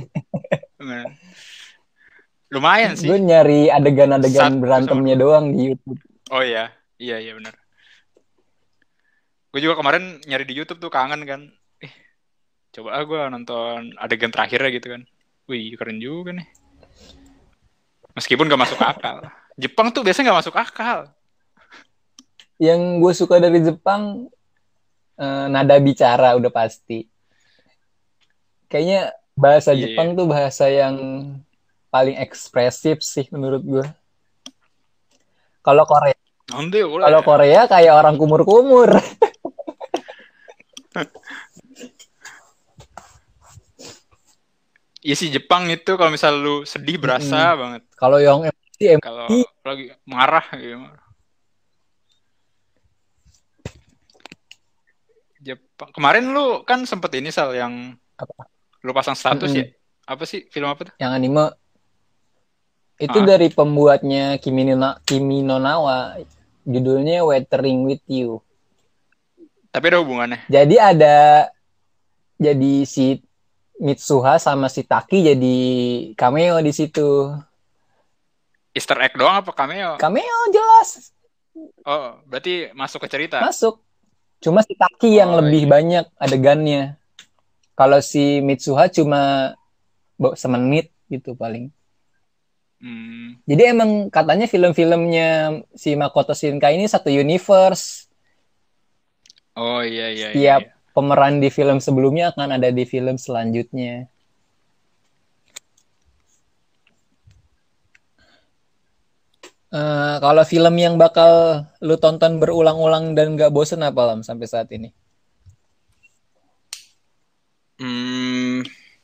Lumayan Gue sih. nyari adegan-adegan Satu sama berantemnya dua. doang di YouTube. Oh iya, iya iya benar. Gue juga kemarin nyari di YouTube tuh kangen kan. Eh, coba ah gue nonton adegan terakhirnya gitu kan. Wih, keren juga nih. Meskipun gak masuk akal. Jepang tuh biasanya gak masuk akal. Yang gue suka dari Jepang, eh, nada bicara udah pasti. Kayaknya bahasa Iya, iya. Jepang tuh bahasa yang paling ekspresif sih menurut gue. Kalau Korea, Nanti kalau boleh. Korea kayak orang kumur-kumur. Iya sih Jepang itu kalau misal lu sedih berasa banget. Kalau yang emosi, Kalau emosi lagi marah gitu. Jepang. Kemarin lu kan sempet ini Sal yang apa? lu pasang status ya. Mm-mm. Apa sih film apa tuh? Yang anime itu Ah, dari pembuatnya Kimi no, Na- Kimi no Nawa. Judulnya Weathering with You. tapi ada hubungannya. Jadi ada jadi si Mitsuha sama si Taki jadi cameo di situ. Easter egg doang apa cameo? Cameo jelas Oh, berarti masuk ke cerita. masuk. Cuma si Taki yang Oh lebih iya. banyak adegannya. Kalau si Mitsuha cuma semenit gitu paling. Hmm. Jadi emang katanya film-filmnya si Makoto Shinkai ini satu universe. Oh iya iya iya. Setiap Iya. pemeran di film sebelumnya akan ada di film selanjutnya. Uh, kalau film yang bakal lu tonton berulang-ulang dan gak bosen apa Lam sampai saat ini? Hmm.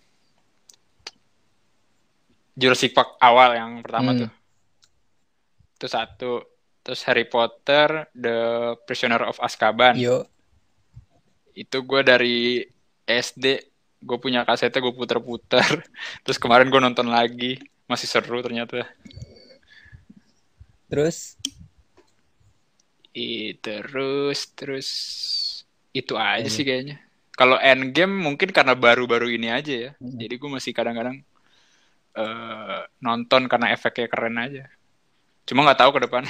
Jurassic Park awal yang pertama Hmm. tuh. Itu satu. Terus Harry Potter, The Prisoner of Azkaban. Yo. Itu gue dari S D. Gue punya kasetnya, gue puter-puter. Terus kemarin gue nonton lagi. Masih seru ternyata. Terus? I, terus, terus. Itu aja Ini. sih kayaknya. Kalau Endgame mungkin karena baru-baru ini aja ya. Hmm. Jadi gue masih kadang-kadang uh, nonton karena efeknya keren aja. Cuma nggak tahu ke depan.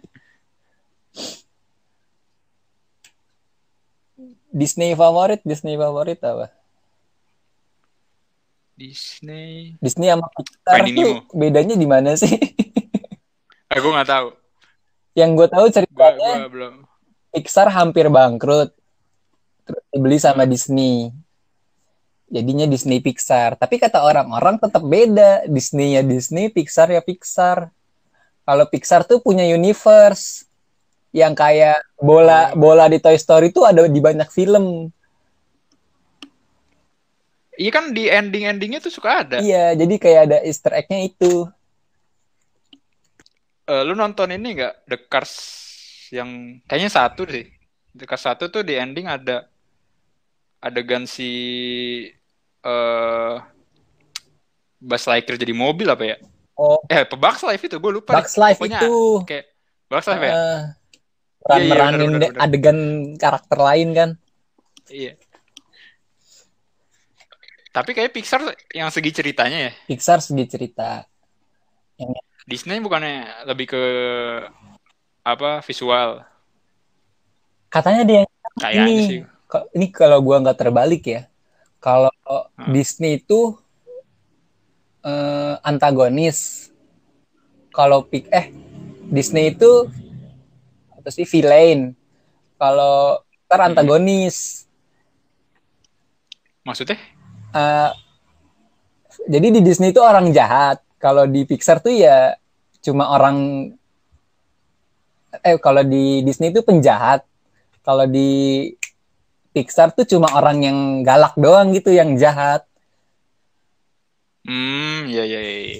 Disney favorit, Disney favorit apa? Disney. Disney sama Pixar tuh bedanya di mana sih? Eh, gue nggak tahu. Yang gue tahu ceritanya gua, gua belum. Pixar hampir bangkrut, terus dibeli sama hmm. Disney. Jadinya Disney Pixar. Tapi kata orang-orang tetap beda. Disney ya Disney, Pixar ya Pixar. Kalau Pixar tuh punya universe yang kayak bola oh. bola di Toy Story tuh ada di banyak film. Iya kan di ending-endingnya tuh suka ada. Iya, jadi kayak ada Easter egg-nya itu. Uh, lu nonton ini nggak The Cars yang kayaknya satu sih. The Cars satu tuh di ending ada adegan si uh, Buzz Lightyear jadi mobil apa ya? Oh, Eh, Bugs Life itu gue lupa deh. Bugs Life Pokoknya itu kayak Bugs Life ya. uh, Iya iya benar peran-meranin benar de- benar. adegan karakter lain kan. Iya. Tapi kayak Pixar yang segi ceritanya ya. Pixar segi cerita. Yang Disney bukannya lebih ke apa visual? katanya dia Kayaknya sih. ini ko- ini kalau gua nggak terbalik ya. Kalau Heeh. Disney itu eh, antagonis. Kalau Pik eh Disney itu apa sih villain. Kalau Pixar Mm-mm. antagonis. Maksudnya? Eh, jadi di Disney itu orang jahat. Kalau di Pixar tuh ya cuma orang eh kalau di Disney itu penjahat. Kalau di Pixar tuh cuma orang yang galak doang gitu, yang jahat. Hmm, ya ya ya.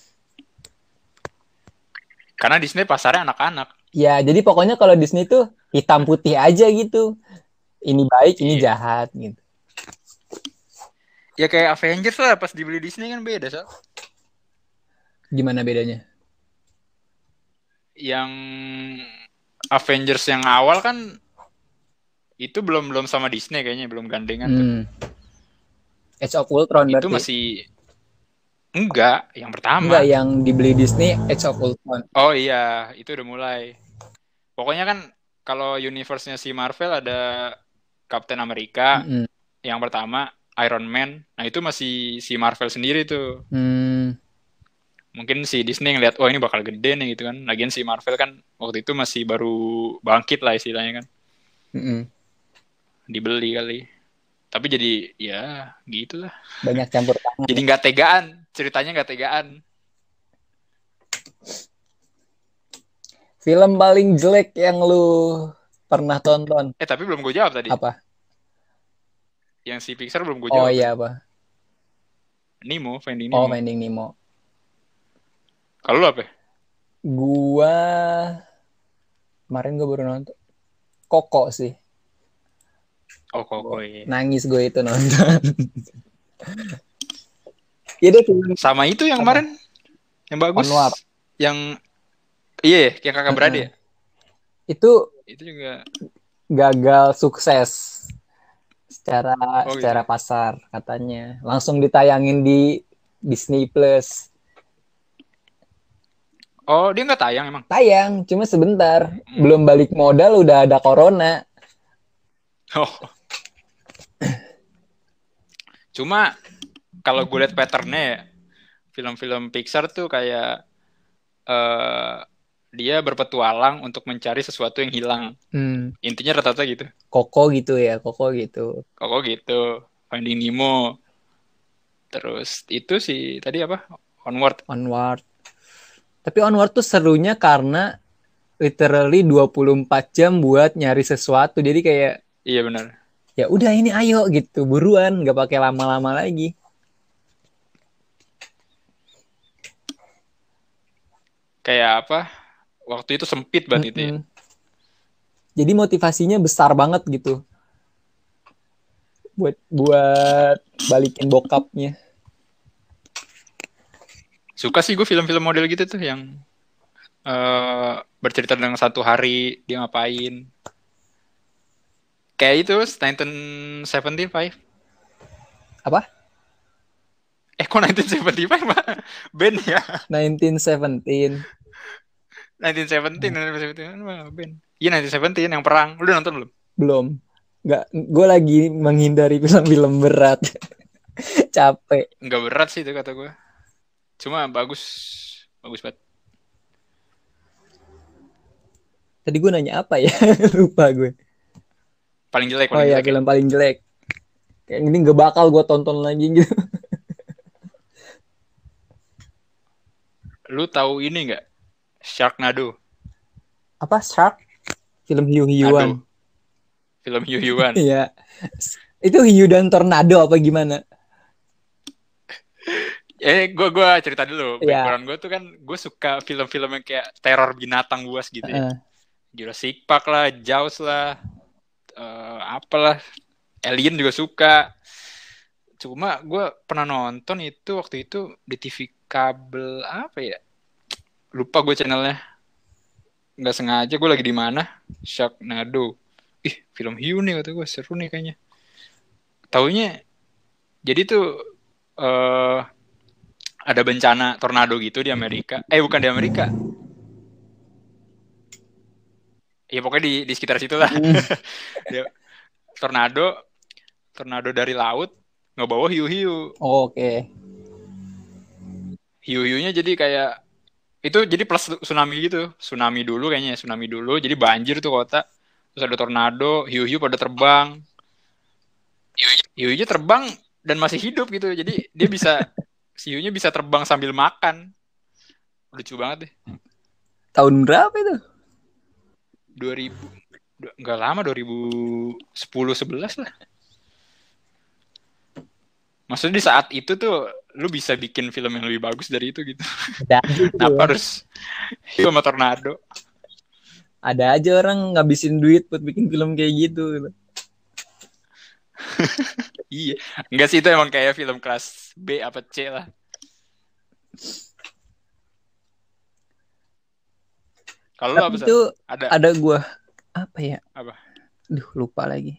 Karena Disney pasarnya anak-anak. Ya, jadi pokoknya kalau Disney tuh hitam putih aja gitu. Ini baik, ini Iya. jahat gitu. Ya kayak Avengers lah pas dibeli Disney kan beda, so. Gimana bedanya? Yang Avengers yang awal kan itu belum belum sama Disney kayaknya, belum gandengan tuh. Hmm. Age of Ultron Itu berarti. masih enggak, yang pertama. Enggak, yang dibeli Disney Age of Ultron. Oh iya, itu udah mulai. Pokoknya kan kalau universe-nya si Marvel ada Captain America Mm-mm. yang pertama, Iron Man. Nah, itu masih si Marvel sendiri tuh. Hmm. Mungkin si Disney ngeliat, oh ini bakal gede nih gitu kan. Lagian si Marvel kan waktu itu masih baru bangkit lah istilahnya kan. Mm-mm. Dibeli kali. Tapi jadi ya gitu lah. Banyak campur tangan. Jadi nggak tegaan. Ceritanya nggak tegaan. Film paling jelek yang lu pernah tonton Eh tapi belum gue jawab tadi. apa? Yang si Pixar belum gue Oh jawab iya tadi. apa? Nemo, Finding Oh, Nemo. Finding Nemo. Kalau lu apa? Gua kemarin gue baru nonton Koko sih. Oh, Koko ya. Nangis gue itu nonton. Iya deh film Sama itu yang apa? kemarin. Yang bagus. Onward. Yang iya, yang kakak beradik ya. Itu Itu juga gagal sukses secara oh, secara gitu. pasar katanya. Langsung ditayangin di Disney Plus. Oh, dia nggak tayang emang? Tayang, cuma sebentar. Hmm. Belum balik modal udah ada corona. Oh. Cuma kalau gue liat patternnya ya, film-film Pixar tuh kayak uh, dia berpetualang untuk mencari sesuatu yang hilang. Hmm. Intinya rata-rata gitu. Koko gitu ya, Koko gitu. Koko gitu. Finding Nemo. Terus itu sih tadi apa? Onward. Onward. Tapi Onward tuh serunya karena literally dua puluh empat jam buat nyari sesuatu. Jadi kayak iya benar. Ya udah ini ayo gitu, buruan, nggak pakai lama-lama lagi. Kayak apa? Waktu itu sempit banget itu ya. Jadi motivasinya besar banget gitu. Buat buat balikin bokapnya. Suka sih gue film-film model gitu tuh yang uh, bercerita tentang satu hari dia ngapain. Kayak itu nineteen seventy-five. Apa? Eh kok nineteen seventy-five Pak? Band ya? nineteen seventeen. nineteen seventeen, nineteen seventeen band. Iya nineteen seventeen yang perang. Lu udah nonton belum? Belum. Nggak, gue lagi menghindari film-film berat. Capek. Nggak berat sih itu kata gue. Cuma bagus. Bagus banget. Tadi gue nanya apa ya? Lupa gue. Paling jelek, oh paling ya, jelek. film ya? paling jelek. Kayak ini gak bakal gue tonton lagi gitu. Lu tahu ini nggak? Sharknado. Apa Shark? Film hiu-hiuan. Film hiu-hiuan. Iya. Itu hiu dan tornado apa gimana? Eh, gue gue cerita dulu. Ya. Background gue tuh kan, gue suka film-film yang kayak teror binatang buas gitu ya. Uh. Jurassic Park lah, Jaws lah, uh, apalah, Alien juga suka. Cuma gue pernah nonton itu waktu itu di T V kabel apa ya? Lupa gue channelnya. Nggak sengaja gue lagi di mana? Sharknado. Ih, film hiu nih kata gue, seru nih kayaknya. Taunya jadi tuh uh, ada bencana tornado gitu di Amerika. Eh bukan di Amerika. Ya pokoknya di di sekitar situ lah. Mm. tornado, tornado dari laut ngebawa hiu-hiu. Oh, oke. Okay. Hiu-hiunya jadi kayak itu jadi plus tsunami gitu. Tsunami dulu kayaknya, tsunami dulu. Jadi banjir tuh kota. Terus ada tornado, hiu-hiu pada terbang. Hiu-hiunya terbang dan masih hidup gitu. Jadi dia bisa si hiunya bisa terbang sambil makan. Lucu banget deh. Tahun berapa itu? dua ribu enggak lama, dua ribu sepuluh sebelas lah. Maksudnya di saat itu tuh lu bisa bikin film yang lebih bagus dari itu gitu. Kenapa ya? Harus hiu sama tornado? Ada aja orang ngabisin duit buat bikin film kayak gitu. Iya, enggak sih, itu emang kayak film kelas B apa C lah. Kalau lu apa sih? Ada ada gue apa ya? Apa? Duh, lupa lagi.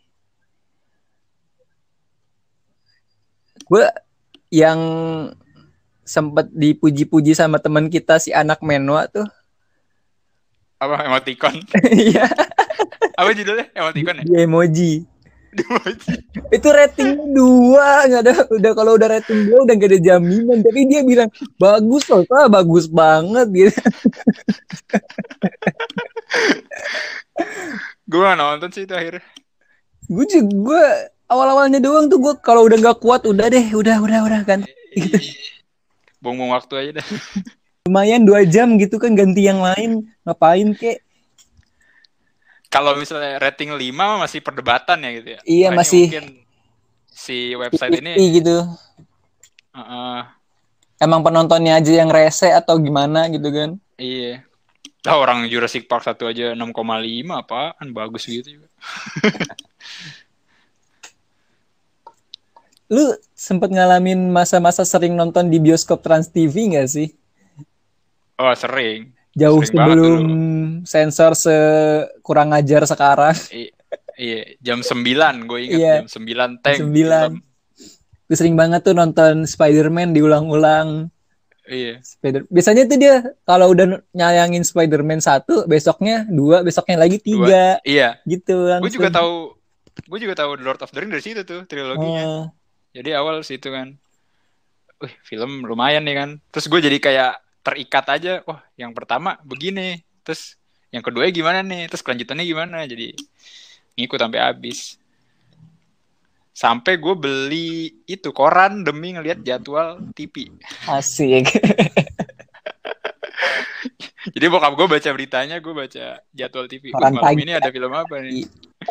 Gue yang sempat dipuji-puji sama teman kita si anak menwa tuh. Apa, emoticon? Iya. Apa judulnya? Emoticon ya? Di emoji. Itu rating dua, nggak ada. Udah kalau udah rating dua udah gak ada jaminan. Tapi dia bilang bagus loh, ah, bagus banget gitu. Gue gak nonton sih itu akhirnya. Gue juga gue awal-awalnya doang tuh, gue kalau udah nggak kuat udah deh, udah udah udah ganti. Gitu. Buang-buang waktu aja dah. Lumayan dua jam gitu kan, ganti yang lain, ngapain kek? Kalau misalnya rating lima masih perdebatan ya gitu ya. Iya, nah, masih mungkin si website ini gitu. Uh-uh. Emang penontonnya aja yang rese atau gimana gitu kan? Iya. Lah orang Jurassic Park satu aja enam koma lima apaan, bagus gitu juga. Lu sempet ngalamin masa-masa sering nonton di bioskop Trans T V gak sih? Oh, sering. Jauh sering sebelum sensor sekurang ajar sekarang. I- iya, jam sembilan gue ingat, iya. jam sembilan tank. sembilan. Gue sering banget tuh nonton Spider-Man diulang-ulang. Iya. Spider- Biasanya tuh dia kalau udah nyayangin Spider-Man satu, besoknya dua, besoknya lagi tiga. Dua. Iya. Gitu langsung. Gue juga tahu, gue juga tahu Lord of the Rings dari situ tuh triloginya. Oh. Jadi awal situ kan, wih film lumayan nih kan. Terus gue jadi kayak terikat aja, wah yang pertama begini, terus yang kedua gimana nih, terus kelanjutannya gimana, jadi ngikut sampai habis. Sampai gue beli itu koran demi ngelihat jadwal T V. Asik. Jadi bokap gue baca beritanya, gue baca jadwal T V. Koran malam ini ada film apa nih?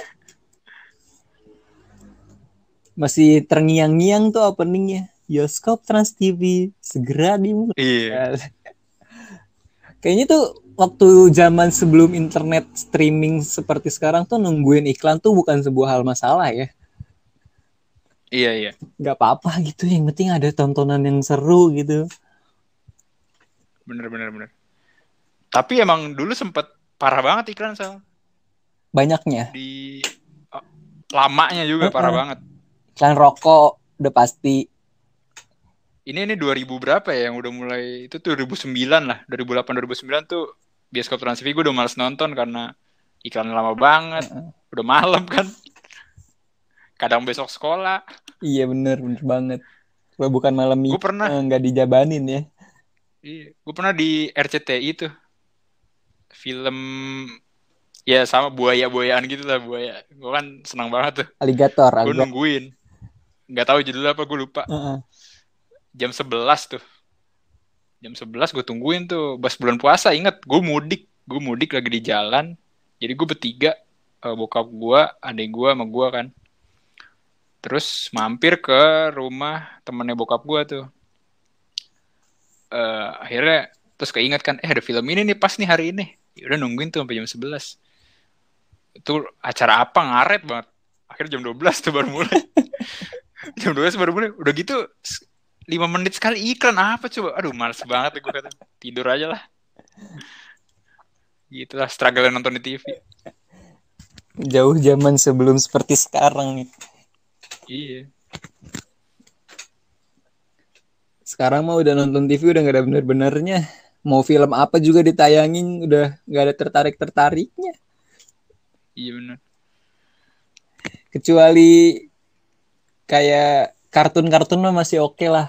Masih terngiang-ngiang tuh openingnya. Bioskop Trans T V segera dimulai. Iya. Kayaknya tuh waktu zaman sebelum internet streaming seperti sekarang tuh nungguin iklan tuh bukan sebuah hal masalah ya. Iya, iya. Gak apa-apa gitu, yang penting ada tontonan yang seru gitu. Bener, bener, bener. Tapi emang dulu sempet parah banget iklan, Sal. Banyaknya. Di oh, lamanya juga uh-uh. parah banget. Iklan rokok udah pasti. Ini ini dua ribu berapa ya yang udah mulai, itu tuh dua ribu sembilan lah. dua ribu delapan dua ribu sembilan tuh bioskop Trans T V gue udah males nonton karena iklan lama banget. Uh-uh. Udah malam kan. Kadang besok sekolah. Iya bener, bener banget. Kalau bukan malam gue pernah nggak dijabanin ya. Iya, gue pernah di R C T I tuh film ya sama buaya-buayaan gitu lah, buaya. Gue kan senang banget tuh. Aligator. Gue nungguin. Nggak tahu judulnya apa, gue lupa. Uh-uh. Jam sebelas tuh. Jam sebelas gue tungguin tuh. Pas bulan puasa, inget. Gue mudik. Gue mudik lagi di jalan. Jadi gue bertiga. Bokap gue, adik gue sama gue kan. Terus mampir ke rumah temennya bokap gue tuh. uh, akhirnya terus keinget kan, eh ada film ini nih pas nih hari ini. Ya udah nungguin tuh sampai jam sebelas. Itu acara apa ngaret banget. Akhirnya jam dua belas tuh baru mulai. jam dua belas baru mulai. Udah gitu lima menit sekali iklan apa coba. Aduh males banget gue kata. Tidur aja lah. Gitu lah struggle nonton di T V. Jauh zaman sebelum seperti sekarang nih. Iya. Sekarang mah udah nonton T V udah gak ada bener-benernya. Mau film apa juga ditayangin udah gak ada tertarik-tertariknya. Iya benar. Kecuali kayak kartun-kartun mah masih oke okay lah.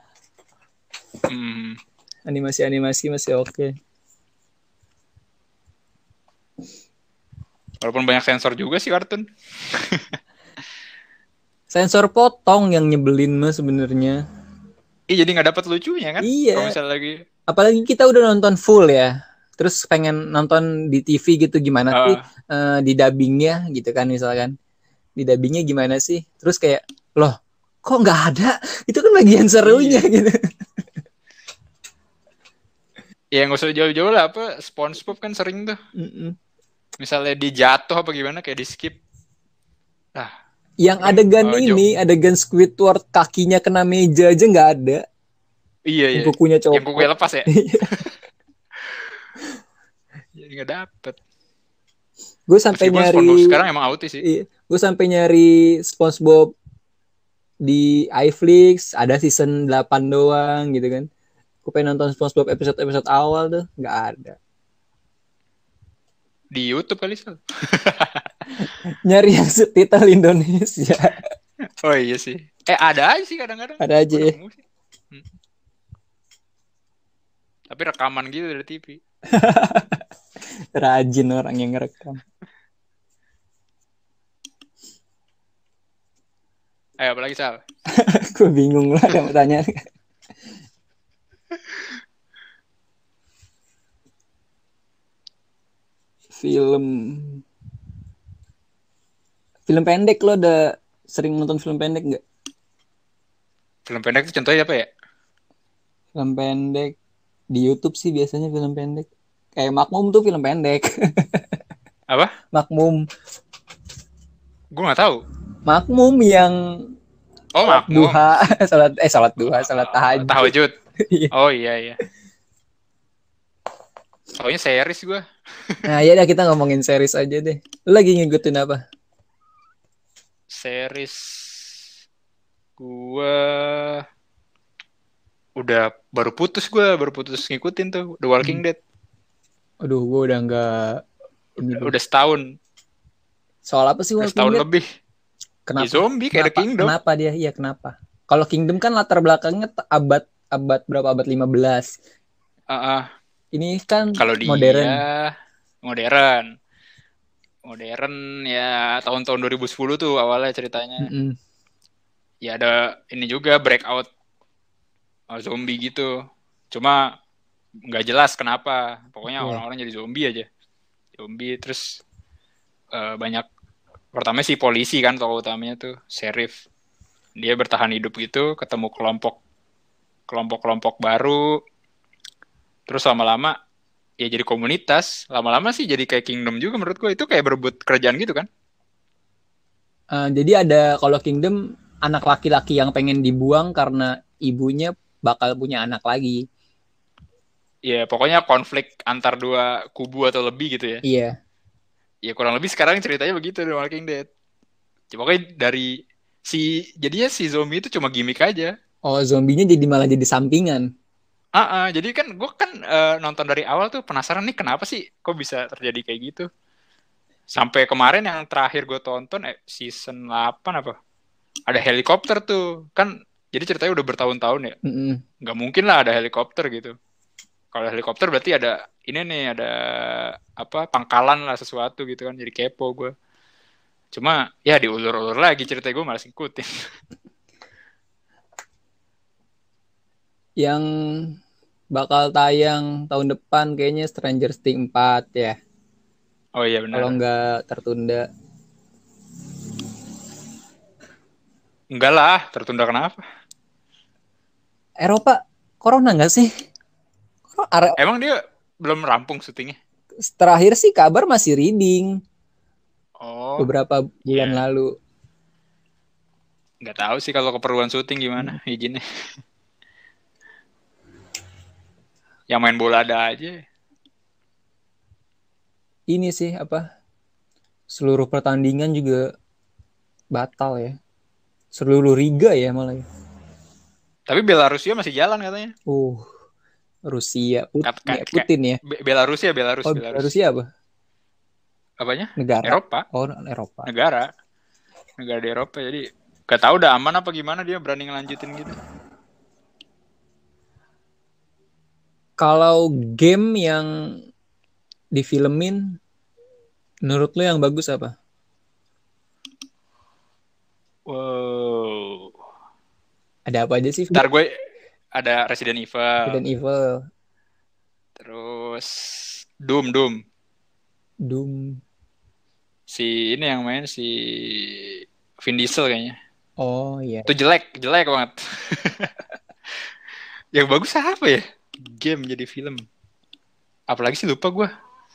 Hmm. Animasi-animasi masih oke. Okay. Walaupun banyak sensor juga sih kartun. Sensor potong yang nyebelin mah sebenarnya. Iya jadi nggak dapat lucunya kan? Iya. Kalau misalnya lagi. Apalagi kita udah nonton full ya. Terus pengen nonton di T V gitu gimana uh. sih uh, di dubbingnya gitu kan misalkan. Di dubbingnya gimana sih? Terus kayak loh kok nggak ada? Itu kan bagian serunya iya. gitu. Ya nggak usah jauh-jauh lah apa SpongeBob kan sering tuh. Mm-mm. Misalnya dijatuh apa gimana kayak di skip. Nah, yang adegan uh, ini, jauh. Adegan Squidward kakinya kena meja aja nggak ada. Iya iya. Yang kukunya copot. Yang kukunya lepas ya. Jadi nggak dapet. Gue sampai meskipun nyari. SpongeBob sekarang emang autis sih. Iya. Gue sampai nyari SpongeBob di iFlix ada season delapan doang gitu kan. Gue pengen nonton SpongeBob episode-episode awal tuh nggak ada. Di YouTube kali sih. Nyari yang subtitle Indonesia. Oh iya sih. Eh ada aja sih kadang-kadang. Ada aja ya. Hmm. Tapi rekaman gitu dari T V. Rajin orang yang ngerekam. Ayo apalagi Sal? Gue bingung lah yang tanya. Film Film pendek lo udah sering nonton film pendek nggak? Film pendek itu contohnya apa ya? Film pendek di YouTube sih biasanya film pendek. Kayak Makmum tuh film pendek. Apa? Makmum. Gue nggak tahu. Makmum yang oh Makmum. Duha, salat eh salat duha, salat tahajud. Tahajud. Oh iya iya. Soalnya series gue. Nah ya udah kita ngomongin series aja deh. Lu lagi ngikutin apa? Series gue udah baru putus gue baru putus ngikutin tuh The Walking Dead. Aduh gue udah nggak udah, udah setahun. Soal apa sih Walking setahun Dead? lebih. Kenapa? Ya, zombie kayak The Kingdom. Kenapa dia? Iya kenapa? Kalau Kingdom kan latar belakangnya abad abad berapa? Abad lima belas. Uh-uh. Ini kan kalau dia modern. Modern. Modern ya tahun-tahun dua ribu sepuluh tuh awalnya ceritanya. Mm-hmm. Ya ada ini juga breakout zombie gitu. Cuma nggak jelas kenapa. Pokoknya yeah. orang-orang jadi zombie aja. Zombie terus uh, banyak. Pertama si polisi kan tokoh utamanya tuh sheriff. Dia bertahan hidup gitu, ketemu kelompok kelompok-kelompok baru. Terus lama-lama ya jadi komunitas. Lama-lama sih jadi kayak Kingdom juga menurut gue. Itu kayak berebut kerjaan gitu kan. Uh, jadi ada kalau Kingdom anak laki-laki yang pengen dibuang karena ibunya bakal punya anak lagi. Ya pokoknya konflik antar dua kubu atau lebih gitu ya. Iya. Ya kurang lebih sekarang ceritanya begitu The Walking Dead. Pokoknya dari si jadinya si zombie itu cuma gimmick aja. Oh zombinya jadi malah jadi sampingan. Ah, uh-uh, jadi kan gue kan uh, nonton dari awal tuh penasaran nih kenapa sih kok bisa terjadi kayak gitu. Sampai kemarin yang terakhir gue tonton eh, season delapan apa? Ada helikopter tuh kan. Jadi ceritanya udah bertahun-tahun ya. Mm-hmm. Gak mungkin lah ada helikopter gitu. Kalau helikopter berarti ada ini nih ada apa pangkalan lah sesuatu gitu kan. Jadi kepo gue. Cuma ya diulur-ulur lagi ceritanya gue malas ngikutin. Yang bakal tayang tahun depan kayaknya Stranger Things empat ya. Oh iya benar. Kalau nggak tertunda. Enggak lah, tertunda kenapa? Eropa corona nggak sih? Are- Emang dia belum rampung syutingnya? Terakhir sih kabar masih reading Oh, beberapa bulan ya. lalu. Nggak tahu sih kalau keperluan syuting gimana izinnya. Yang main bola ada aja. Ini sih apa? Seluruh pertandingan juga batal ya. Seluruh liga ya malah ya. Tapi Belarusia masih jalan katanya. Uh, Rusia, Kat, Putin kat, ya, kat, Putin ya. Be- Belarusia, Belarus, Oh, Belarus. Rusia apa? Apanya? Negara. Eropa. Oh, Eropa. Negara. Negara di Eropa. Jadi gak tahu udah aman apa gimana dia berani ngelanjutin gitu. Kalau game yang difilmin, menurut lo yang bagus apa? Wow. Ada apa aja sih? Ntar gue ada Resident Evil. Resident Evil. Terus Doom, Doom. Doom. Si ini yang main si Vin Diesel kayaknya. Oh iya. Itu jelek, jelek banget. Yang bagus apa ya? Game jadi film. Apalagi sih lupa gue.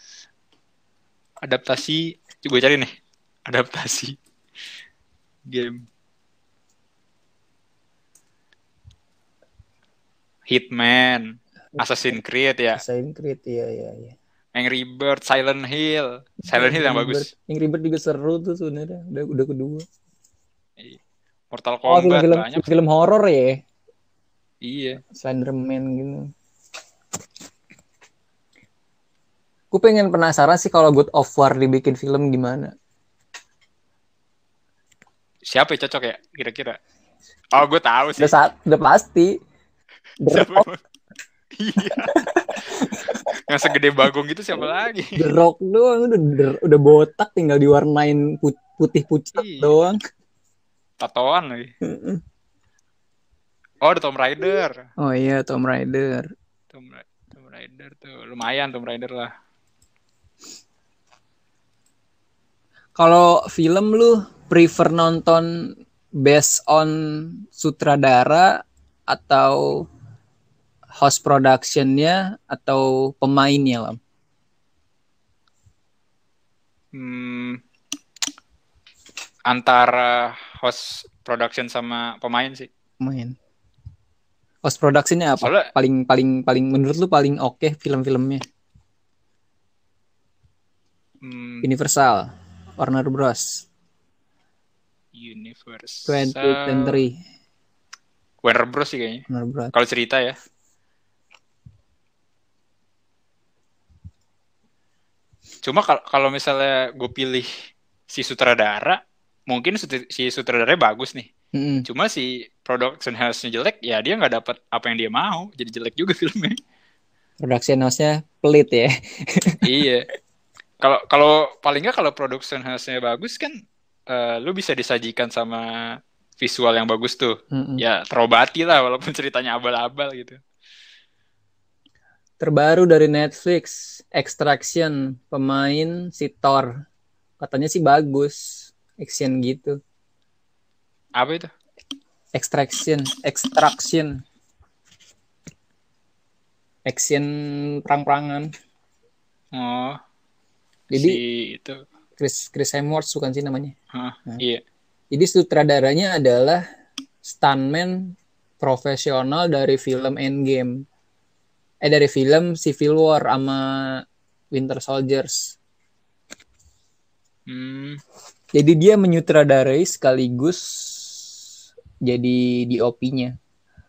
Adaptasi, coba cari nih. Adaptasi game. Hitman, Assassin's Creed ya. Assassin's Creed ya ya ya. Angry Bird, Silent Hill. Silent Hill yang bagus. Angry Bird juga seru tuh sebenarnya. Udah udah kedua. Mortal Oh, Kombat film-film banyak. film horor ya. Iya. Slenderman gitu. Gue pengen penasaran sih kalau God of War dibikin film gimana. Siapa yang cocok ya kira-kira? Oh, gue tahu sih. Udah, saat, udah pasti. The Siapa Rock. emang? Iya. Yang segede bagong gitu siapa lagi? The Rock doang udah, udah, udah botak tinggal diwarnain putih pucat Iya. doang. Tatoan lagi. Oh, ada Tomb Raider. Oh iya, Tomb Raider. Tomb, Tomb Raider tuh lumayan Tomb Raider lah. Kalau film lu prefer nonton based on sutradara atau host production-nya atau pemainnya, Lam? Hmm, antara host production sama pemain sih. Pemain. Host production-nya apa? Soalnya, paling paling paling menurut lu paling oke okay film-filmnya? hmm, Universal, Warner Bros. Universal. twentieth Century. Warner Bros sih kayaknya. Warner Bros. Kalau cerita ya. Cuma kalau misalnya gue pilih si sutradara, mungkin si sutradaranya bagus nih. Mm-hmm. Cuma si production house-nya jelek, ya dia nggak dapat apa yang dia mau, jadi jelek juga filmnya. Production house-nya pelit ya. Iya. Kalau kalau paling nggak kalau production house-nya bagus kan, uh, lu bisa disajikan sama visual yang bagus tuh. Mm-hmm. Ya terobati lah walaupun ceritanya abal-abal gitu. Terbaru dari Netflix, Extraction, pemain si Thor. Katanya sih bagus, action gitu. Apa itu? Extraction, Extraction. Action perang-perangan. Oh. Jadi si itu Chris Chris Hemsworth bukan sih namanya? Huh, nah. Iya. Jadi sutradaranya adalah stuntman profesional dari film Endgame. Eh dari film Civil War sama Winter Soldiers. Hmm. Jadi dia menyutradarai sekaligus jadi D O P-nya.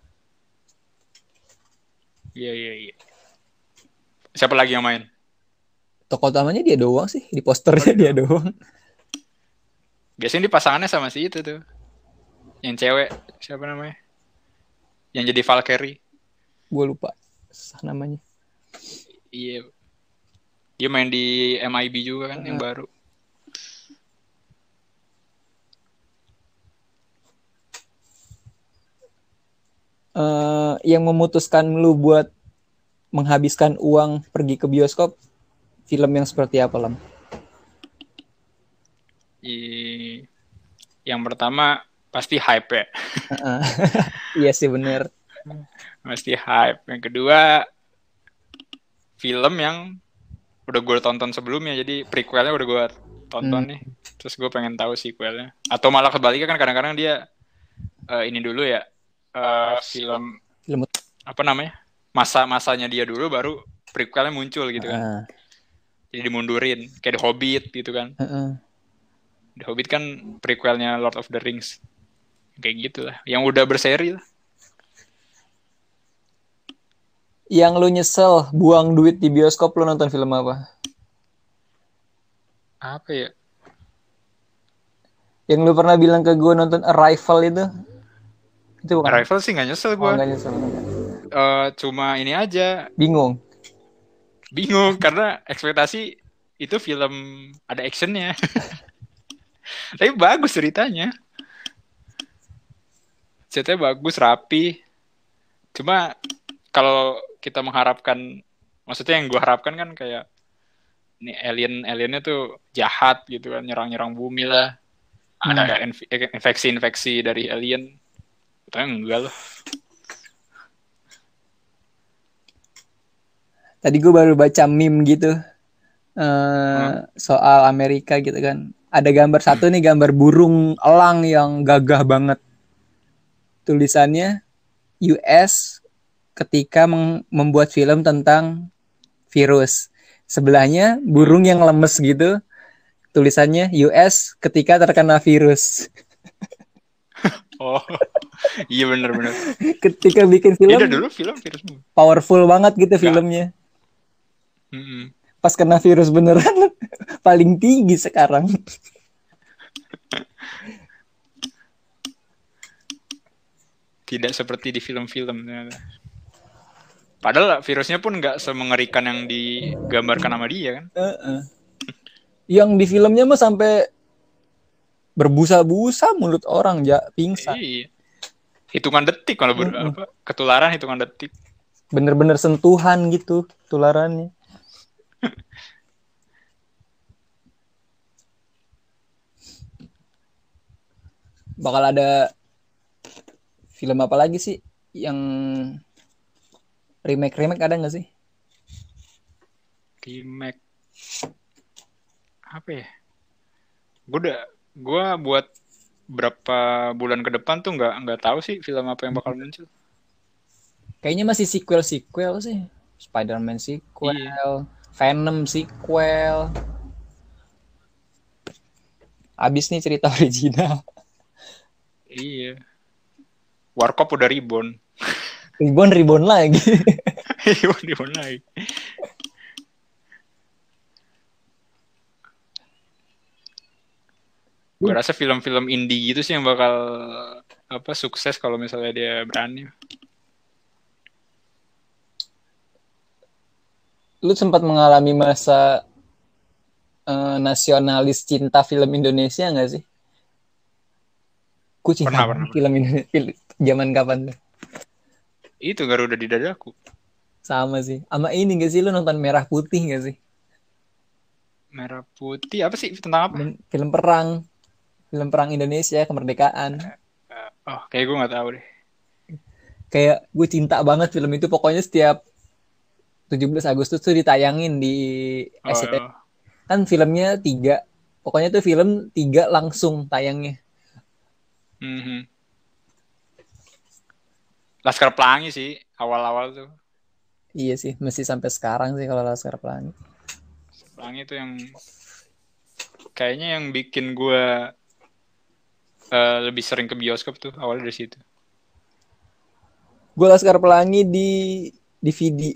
Iya iya iya. Siapa lagi yang main? Tokoh utamanya dia doang sih, di posternya oh, dia doang. Biasanya dipasangannya sama si itu tuh. Yang cewek, siapa namanya? Yang jadi Valkyrie. Gue lupa sah namanya. Iya. Dia main di M I B juga kan, uh. yang baru. Uh, yang memutuskan lu buat menghabiskan uang pergi ke bioskop, film yang seperti apa, Lam? I... Yang pertama pasti hype ya. Uh-uh. Iya sih bener. Pasti hype. Yang kedua film yang udah gue tonton sebelumnya, jadi prequelnya udah gue tonton Hmm. nih, terus gue pengen tahu sequelnya. Atau malah kebaliknya kan kadang-kadang dia uh, ini dulu ya, uh, film Film. apa namanya, masa-masanya dia dulu baru prequelnya muncul gitu kan. Ah, Jadi dimundurin kayak The Hobbit gitu kan. heeh. The Hobbit kan prequelnya Lord of the Rings, kayak gitu lah, yang udah berseri lah. Yang lu nyesel buang duit di bioskop, lu nonton film apa? Apa ya? Yang lu pernah bilang ke gue nonton Arrival itu? Itu bukan? Arrival sih nggak nyesel Oh, gue. enggak nyesel. Enggak. Uh, cuma ini aja, Bingung. bingung karena ekspektasi itu film ada actionnya. Tapi bagus ceritanya. Ceritanya bagus, rapi. Cuma kalau kita mengharapkan, maksudnya yang gue harapkan kan kayak ini alien-aliennya tuh jahat gitu kan, nyerang-nyerang bumi lah. Hmm. Ada infeksi-infeksi dari alien. Tapi enggak loh. Tadi gue baru baca meme gitu. Uh, Hmm. soal Amerika gitu kan. Ada gambar satu nih, gambar burung elang yang gagah banget. Tulisannya U S ketika meng- membuat film tentang virus. Sebelahnya burung yang lemes gitu. Tulisannya U S ketika terkena virus. Oh, iya bener-bener. Ketika bikin film, Iya dulu film virus powerful banget gitu Gak. filmnya. Mm-mm. Pas kena virus beneran paling tinggi sekarang. Tidak seperti di film-film. Padahal virusnya pun nggak semengerikan yang digambarkan sama dia kan. Uh-uh. Yang di filmnya mah sampai berbusa-busa mulut orang, ya pingsan. Iya. Hitungan detik kalau ber- uh-uh. apa, ketularan hitungan detik. Bener-bener sentuhan gitu tularannya. Bakal ada film apa lagi sih yang remake-remake, ada nggak sih? Remake apa ya? Gue udah gue buat berapa bulan ke depan tuh nggak nggak tahu sih film apa yang bakal muncul. Kayaknya masih sequel-sequel sih. Spider-Man sequel, Iya. Venom sequel. Abis nih cerita original. Iya. Warkop udah reborn. Reborn reborn lagi. Reborn reborn lagi. Gue rasa film-film indie gitu sih yang bakal apa sukses kalau misalnya dia berani. Lu sempat mengalami masa uh, nasionalis cinta film Indonesia nggak sih? Ku cinta Pernah, pernah, film Indonesia. Zaman kapan tuh? Itu Garuda di dadaku. Sama sih. Sama ini nggak sih, lu nonton Merah Putih nggak sih? Merah Putih apa sih, tentang apa? Film, film perang. Film perang Indonesia, kemerdekaan. Uh, oh, kayak gue nggak tahu deh. Kayak gue cinta banget film itu. Pokoknya setiap tujuh belas Agustus tuh ditayangin di Oh, S C T V. Kan filmnya tiga. Pokoknya tuh film tiga langsung tayangnya. mm-hmm. Laskar Pelangi sih awal-awal tuh. Iya sih, masih sampai sekarang sih kalau Laskar Pelangi. Pelangi itu yang kayaknya yang bikin gue uh, lebih sering ke bioskop tuh awalnya dari situ. Gue Laskar Pelangi di D V D.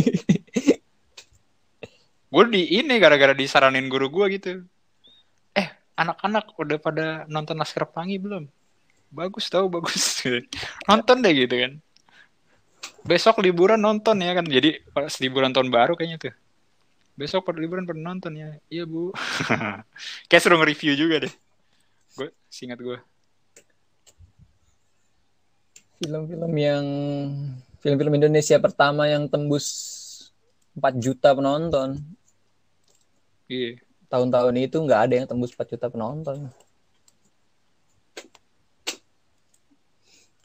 Gue di ini gara-gara disaranin guru gue gitu. Eh, anak-anak udah pada nonton Laskar Pelangi belum? Bagus tau, bagus. Nonton deh gitu kan. Besok liburan nonton ya kan. Jadi pas liburan tahun baru kayaknya tuh. Besok pada liburan pada nonton ya. Iya bu. Kayak suruh nge-review juga deh. Gue seingat gue. Film-film yang film-film Indonesia pertama yang tembus empat juta penonton. Iya. Tahun-tahun itu nggak ada yang tembus empat juta penonton.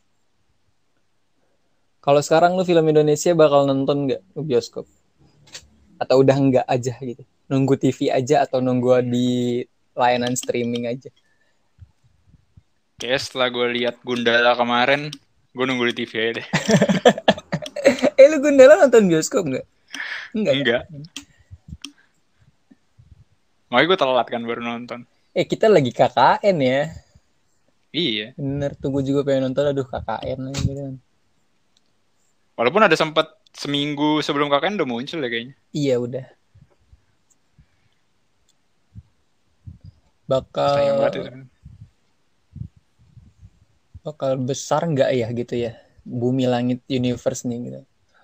Kalau sekarang lu film Indonesia bakal nonton nggak ke bioskop? Atau udah enggak aja gitu? Nunggu T V aja atau nunggu di layanan streaming aja? Kayak setelah gue lihat Gundala kemarin, gue nunggu di T V aja deh. eh lu Gundala nonton bioskop nggak? Enggak. Enggak. Kan? Makanya gue telat kan baru nonton. Eh kita lagi K K N ya. Iya. Bener, tunggu juga pengen nonton, aduh K K N gitu kan. Walaupun ada sempat seminggu sebelum K K N udah muncul ya kayaknya. Iya udah. Bakal Sayang banget itu. Bakal besar nggak ya gitu ya, Bumi Langit Universe nih gitu.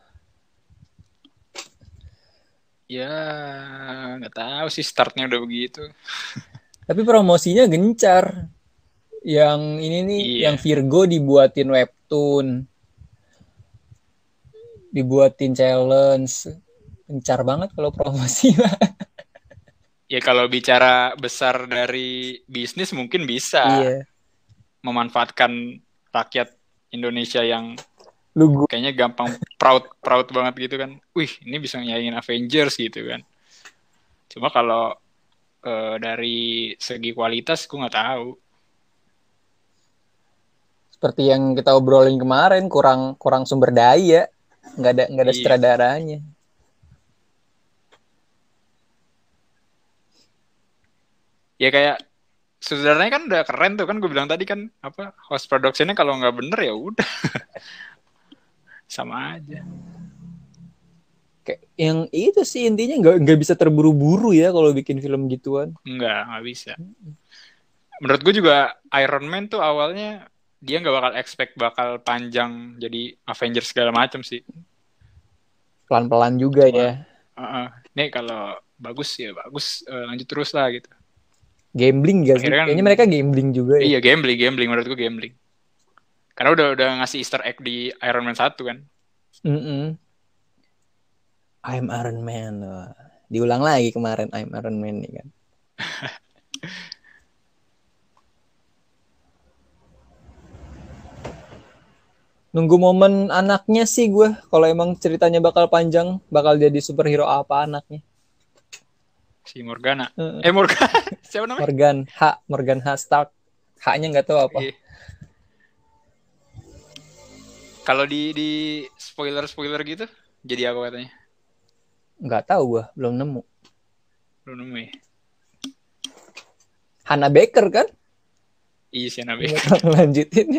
Ya nggak tahu sih, startnya udah begitu. Tapi promosinya gencar. Yang ini nih, Iya. yang Virgo dibuatin webtoon, dibuatin challenge, gencar banget kalau promosi. Ya kalau bicara besar dari bisnis mungkin bisa Iya. memanfaatkan rakyat Indonesia yang Lugu. kayaknya gampang proud proud banget gitu kan. Wih, ini bisa nyaingin Avengers gitu kan. Cuma kalau uh, dari segi kualitas gue nggak tahu. Seperti yang kita obrolin kemarin, kurang kurang sumber daya, nggak ada nggak ada Iya. sutradaranya. Ya kayak sutradaranya kan udah keren tuh kan, gue bilang tadi kan apa, host productionnya kalau nggak bener ya udah sama aja. Kayak yang itu sih intinya nggak nggak bisa terburu-buru ya kalau bikin film gituan. Nggak nggak bisa. Menurut gue juga Iron Man tuh awalnya dia nggak bakal expect bakal panjang jadi Avengers segala macam sih. Pelan-pelan juga Cuma, ya. Uh-uh. Nih kalau bagus ya bagus, uh, lanjut terus lah gitu. Gambling gak sih? Akhirnya kan, kayaknya mereka gambling juga ya. Iya gambling, gambling menurut gue gambling. Karena udah udah ngasih Easter egg di Iron Man satu kan. Mm-mm. I'm Iron Man. Wah. Diulang lagi kemarin I'm Iron Man nih kan. Nunggu momen anaknya sih gue. Kalau emang ceritanya bakal panjang, bakal jadi superhero apa anaknya? Si Morgana. Uh, Eh Morgana. Siapa namanya? Morgan H. Morgan H. Stark. H-nya nggak tahu apa. Iya. Kalau di di spoiler spoiler gitu, jadi apa katanya? Nggak tahu gue, belum nemu. Belum nemu ya. Hannah Baker kan? Iya sih Hannah Baker. Lanjutin.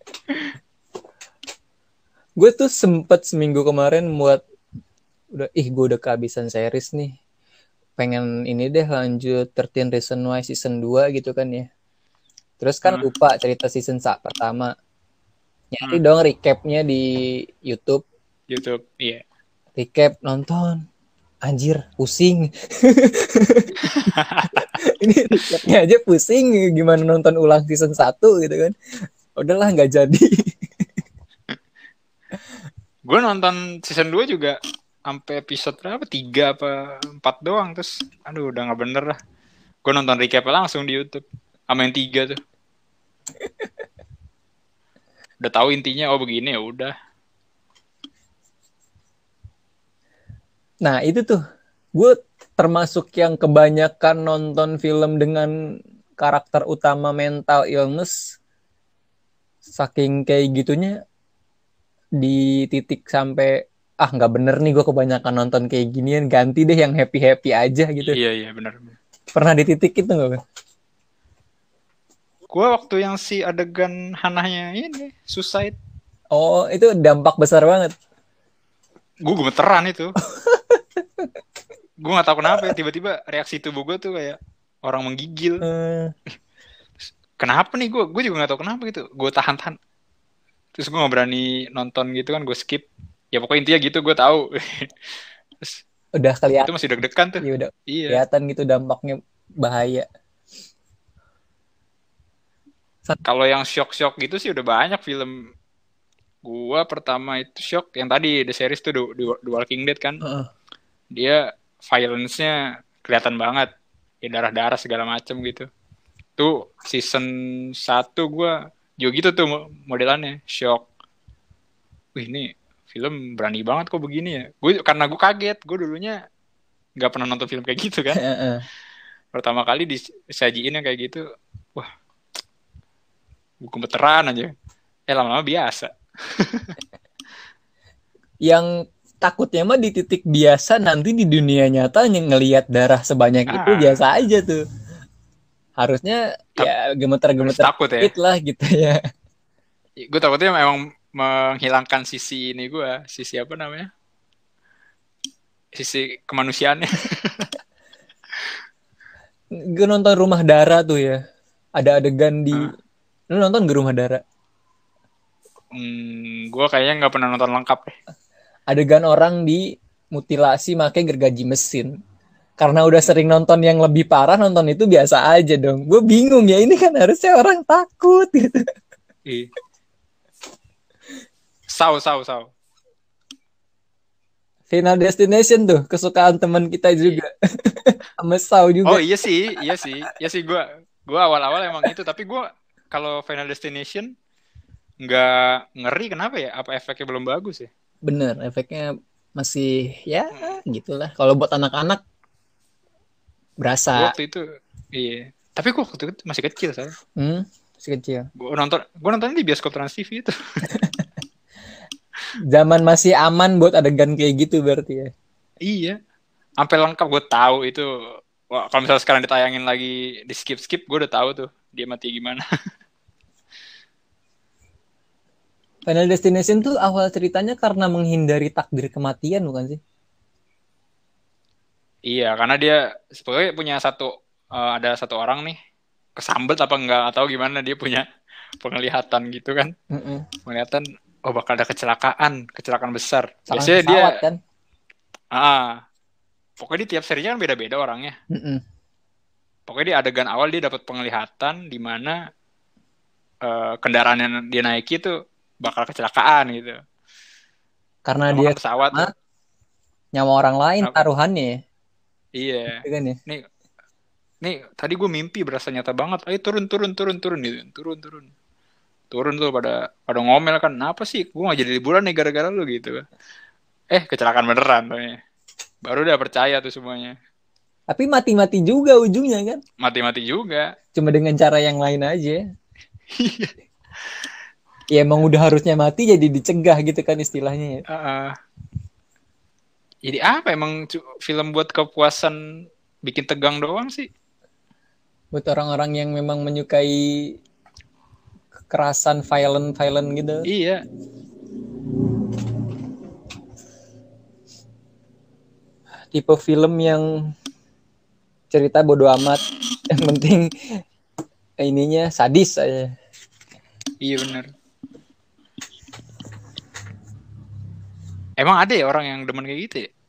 Gue tuh sempet seminggu kemarin buat udah ih gue udah kehabisan series nih. Pengen ini deh lanjut thirteen Reasons Why season two gitu kan ya. Terus kan hmm. lupa cerita season pertama. Nyari hmm. dong recapnya di YouTube. YouTube, iya. Recap, nonton. Anjir, pusing. Ini recapnya aja pusing. Gimana nonton ulang season one gitu kan. Udahlah gak jadi. Gue nonton season two juga sampai episode berapa? tiga apa empat doang. Terus aduh udah gak bener lah. Gue nonton recap langsung di YouTube. Sama yang tiga tuh. Udah tahu intinya, oh begini ya udah. Nah itu tuh, gue termasuk yang kebanyakan nonton film dengan karakter utama mental illness, saking kayak gitunya di titik sampai ah nggak bener nih gue kebanyakan nonton kayak ginian, ganti deh yang happy happy aja gitu. Iya iya benar. Pernah di titik itu nggak? Gue waktu yang si adegan Hanahnya ini suicide. Oh itu dampak besar banget. Gue gemeteran itu. Gue nggak tahu kenapa ya, tiba-tiba reaksi tubuh gue tuh kayak orang menggigil. Hmm. Kenapa nih gue? Gue juga nggak tahu kenapa gitu. Gue tahan-tahan. Terus gue nggak berani nonton gitu kan, gue skip. Ya pokoknya intinya gitu, gue tahu. Terus, udah kelihatan. Itu masih deg-degan tuh. Ya, udah iya. Kelihatan gitu dampaknya bahaya. Kalau yang shock-shock gitu sih udah banyak film. Gua pertama itu shock yang tadi The Series tuh The, The Walking Dead kan. Uh. Dia violence-nya kelihatan banget. Ya darah-darah segala macem gitu. Tuh season one gua juga gitu tuh modelannya, shock. Wih ini film berani banget kok begini ya. Gue karena gue kaget, gue dulunya nggak pernah nonton film kayak gitu kan. Pertama kali disajiin yang kayak gitu, wah, buku gemeteran aja. Eh lama-lama biasa. Yang takutnya mah di titik biasa, nanti di dunia nyata yang ngelihat darah sebanyak Ah, itu biasa aja tuh. Harusnya ya harus gemeter-gemeter takut ya. dikit lah gitu ya. Gue takutnya memang menghilangkan sisi ini gue, sisi apa namanya? Sisi kemanusiaannya. Gue nonton Rumah Dara tuh ya. Ada adegan di... Hah? Lu nonton gak Rumah Dara? Hmm, gue kayaknya nggak pernah nonton lengkap deh. Adegan orang di mutilasi pakai gergaji mesin. Karena udah sering nonton yang lebih parah, nonton itu biasa aja dong. Gue bingung ya, ini kan harusnya orang takut gitu. Iya. Saw, saw, saw. Final Destination tuh, kesukaan teman kita juga. Sama Saw juga. Oh iya sih, iya sih, iya sih gue, gue awal-awal emang itu, tapi gue kalau Final Destination nggak ngeri, kenapa ya? Apa efeknya belum bagus ya? Bener, efeknya masih ya gitulah. Kalau buat anak-anak Gue berasa. waktu itu, iya. Tapi gue waktu itu masih kecil, saya. Hmm, masih kecil. Gue nonton, gue nonton di bioskop Trans T V itu. Zaman masih aman buat adegan kayak gitu berarti ya. Iya. Sampai lengkap gue tahu itu. Wah, kalau misalnya sekarang ditayangin lagi di skip skip, gue udah tahu tuh dia mati gimana. Final Destination tuh awal ceritanya karena menghindari takdir kematian bukan sih? Iya, karena dia sebenarnya punya satu, uh, ada satu orang nih kesambet apa enggak atau gimana, dia punya penglihatan gitu kan. Mm-mm. Penglihatan, oh bakal ada kecelakaan, kecelakaan besar. Salah Biasanya dia, pesawat kan? ah, pokoknya di tiap serinya kan beda-beda orangnya. Mm-mm. Pokoknya di adegan awal dia dapat penglihatan di mana uh, kendaraan yang dia naiki itu bakal kecelakaan gitu. Karena Sama dia kan pesawat tuh. selamat, nyawa orang lain Apa? taruhannya ya. Iya. Gitu kan ya? Nih, nih tadi gue mimpi berasa nyata banget. Ayo turun, turun, turun, turun gitu. Turun, turun. Turun tuh pada pada ngomel kan. Kenapa sih? Gue gak jadi liburan nih gara-gara lu gitu. Eh, kecelakaan beneran tuh. Baru udah percaya tuh semuanya. Tapi mati-mati juga ujungnya kan? Mati-mati juga. Cuma dengan cara yang lain aja. Ya emang udah harusnya mati jadi dicegah gitu kan istilahnya ya. Uh, jadi apa emang film buat kepuasan bikin tegang doang sih? Buat orang-orang yang memang menyukai kekerasan violent-violent gitu. Iya. Tipe film yang cerita bodo amat, yang penting ininya sadis aja. Iya benar. Emang ada ya orang yang demen kayak gitu ya?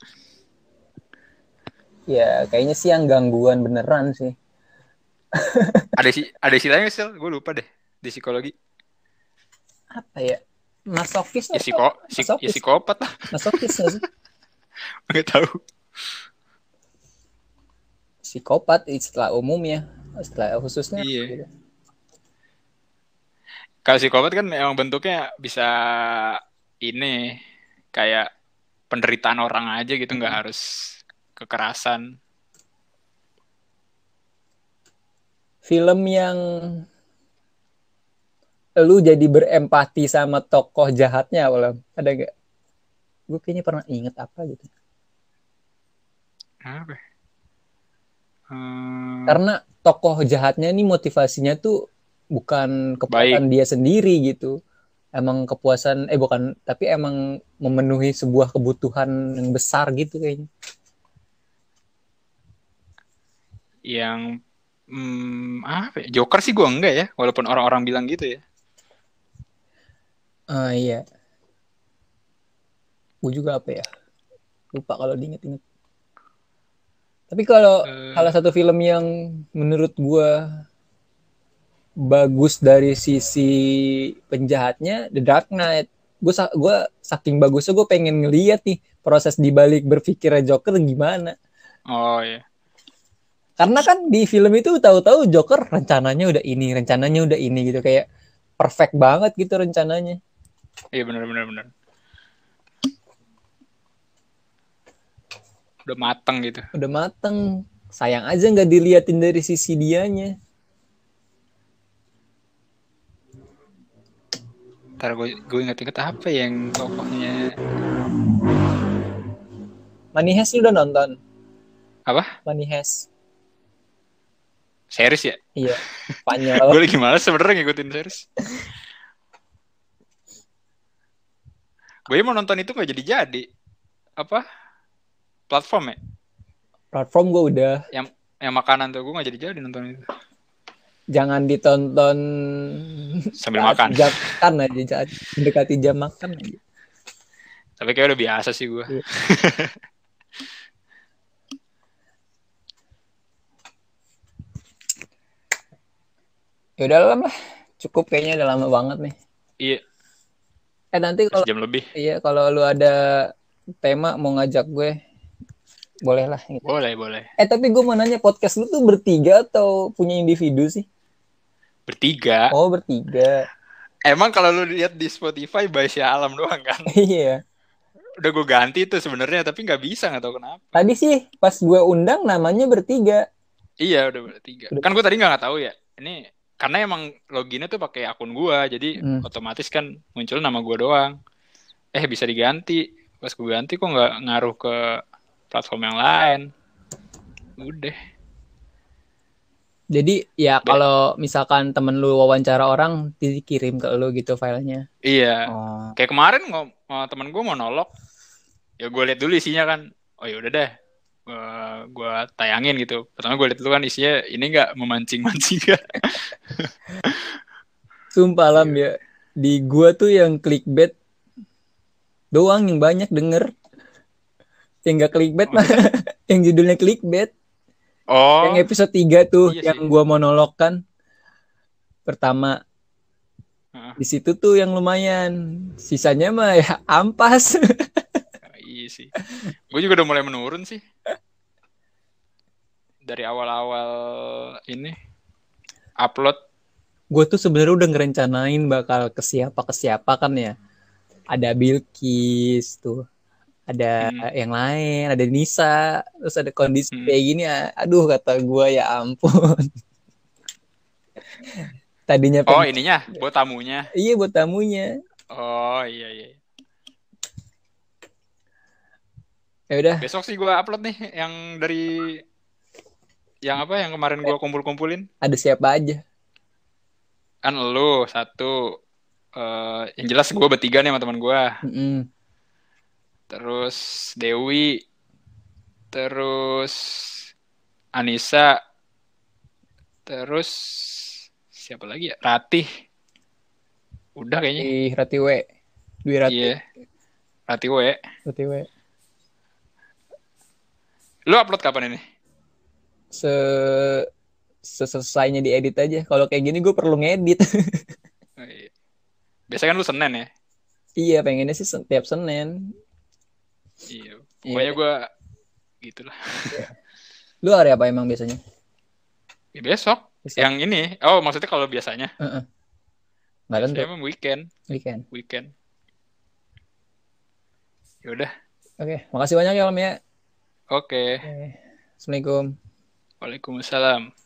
Ya kayaknya sih yang gangguan beneran sih. Ada sih, ada istilahnya sih, gue lupa deh di psikologi. Apa ya? Masokis Ya atau psiko, psik, ya masokis? psikopat lah. Masokis nggak sih? Nggak tahu. Psikopat istilah umumnya, istilah khususnya. Iya. Gitu. Kalau psikopat kan emang bentuknya bisa ini kayak penderitaan orang aja gitu, nggak harus kekerasan. Film yang lu jadi berempati sama tokoh jahatnya, belum ada gak? Gue kayaknya pernah inget apa gitu. Apa? Hmm, Karena tokoh jahatnya nih motivasinya tuh bukan kepuasan baik. dia sendiri gitu. Emang kepuasan, eh bukan, tapi emang memenuhi sebuah kebutuhan yang besar gitu kayaknya. Yang hmm, apa ya? Joker sih gue enggak ya, walaupun orang-orang bilang gitu ya. Ah iya. Gue juga apa ya? Lupa kalau diinget-inget. Tapi kalau Uh, salah satu film yang menurut gue bagus dari sisi penjahatnya, The Dark Knight. Gue gue saking bagusnya gue pengen ngeliat nih proses dibalik berpikirnya Joker gimana. oh ya. Karena kan di film itu tahu-tahu Joker rencananya udah ini, rencananya udah ini gitu, kayak perfect banget gitu rencananya. Iya benar benar benar. udah mateng gitu. Udah mateng. Sayang aja nggak diliatin dari sisi dianya. Ntar gue gue inget-inget apa yang tokohnya. Money Heist lu udah nonton? Apa? Money Heist. Series ya? Iya. Spanyol. Gue lagi males sebenernya ngikutin series. Gue mau nonton itu gak jadi-jadi. Apa? Platform ya? Platform gue udah. Yang yang makanan tuh gue gak jadi-jadi nonton itu. Jangan ditonton sambil makan. Jam makan aja, mendekati jam makan aja. Tapi kayak udah biasa sih gue. Iya. Ya udah lah, cukup kayaknya udah lama banget nih. Iya. Eh nanti kalau jam lebih. Iya, kalau lu ada tema mau ngajak gue, boleh lah. Gitu. Boleh, boleh. Eh tapi gue mau nanya, podcast lu tuh bertiga atau punya individu sih? Bertiga. Oh, bertiga. Emang kalau lu lihat di Spotify Baisya Alam doang kan? Iya. Udah gue ganti tuh sebenarnya, tapi nggak bisa, nggak tahu kenapa. Tadi sih pas gue undang namanya bertiga. Iya, udah bertiga. Udah. Kan gue tadi nggak tahu ya. Ini karena emang loginnya tuh pakai akun gue, jadi hmm. otomatis kan muncul nama gue doang. Eh bisa diganti. Pas gue ganti kok nggak ngaruh ke platform yang lain. Udah. Jadi ya kalau misalkan temen lu wawancara orang, dikirim ke lu gitu filenya. Iya. Oh. Kayak kemarin ng- temen gue mau nolok, ya gue lihat dulu isinya kan. Oh ya udah deh, gue gue tayangin gitu. Pertama gue lihat dulu kan isinya ini nggak memancing-mancing gak. Sumpah Lam ya, di gue tuh yang clickbait doang yang banyak denger. Yang nggak clickbait mah, yang judulnya clickbait. Oh, yang episode tiga tuh iya yang gue monolog kan pertama. Uh. Di situ tuh yang lumayan. Sisanya mah ya ampas. Oh, iya sih. Gue juga udah mulai menurun sih. Dari awal-awal ini upload. Gue tuh sebenarnya udah ngerencanain bakal ke siapa ke siapa kan ya. Ada Bilkis tuh. Ada hmm. yang lain, ada Nisa, terus ada kondisi hmm. kayak gini, aduh kata gue ya ampun. Tadinya oh pengen... ininya, buat tamunya. Iya buat tamunya. Oh iya iya. Ya udah. Besok sih gue upload nih yang dari yang apa yang kemarin gue kumpul-kumpulin. Ada siapa aja? Kan lu satu, uh, yang jelas gue bertiga nih sama teman gue. Mm-hmm. Terus Dewi, terus Anissa, terus siapa lagi ya? Ratih. Udah kayaknya. Ih, Ratih W. Dwi Ratih. Iya. Ratih W. Ratih W. Lu upload kapan ini? Se Selesainya diedit aja. Kalau kayak gini gue perlu ngedit. Oh, iya. Biasanya kan lu Senin ya? Iya, pengennya sih setiap Senin. Iya, pokoknya gue gitulah. Lu hari apa emang biasanya? Ya, besok. besok. Yang ini, oh maksudnya kalau biasanya? Uh-uh. Nggak tentu. Biasanya emang weekend. Weekend. Weekend. Yaudah. Oke, makasih banyak ya Om ya. Oke. Okay. Assalamualaikum. Waalaikumsalam.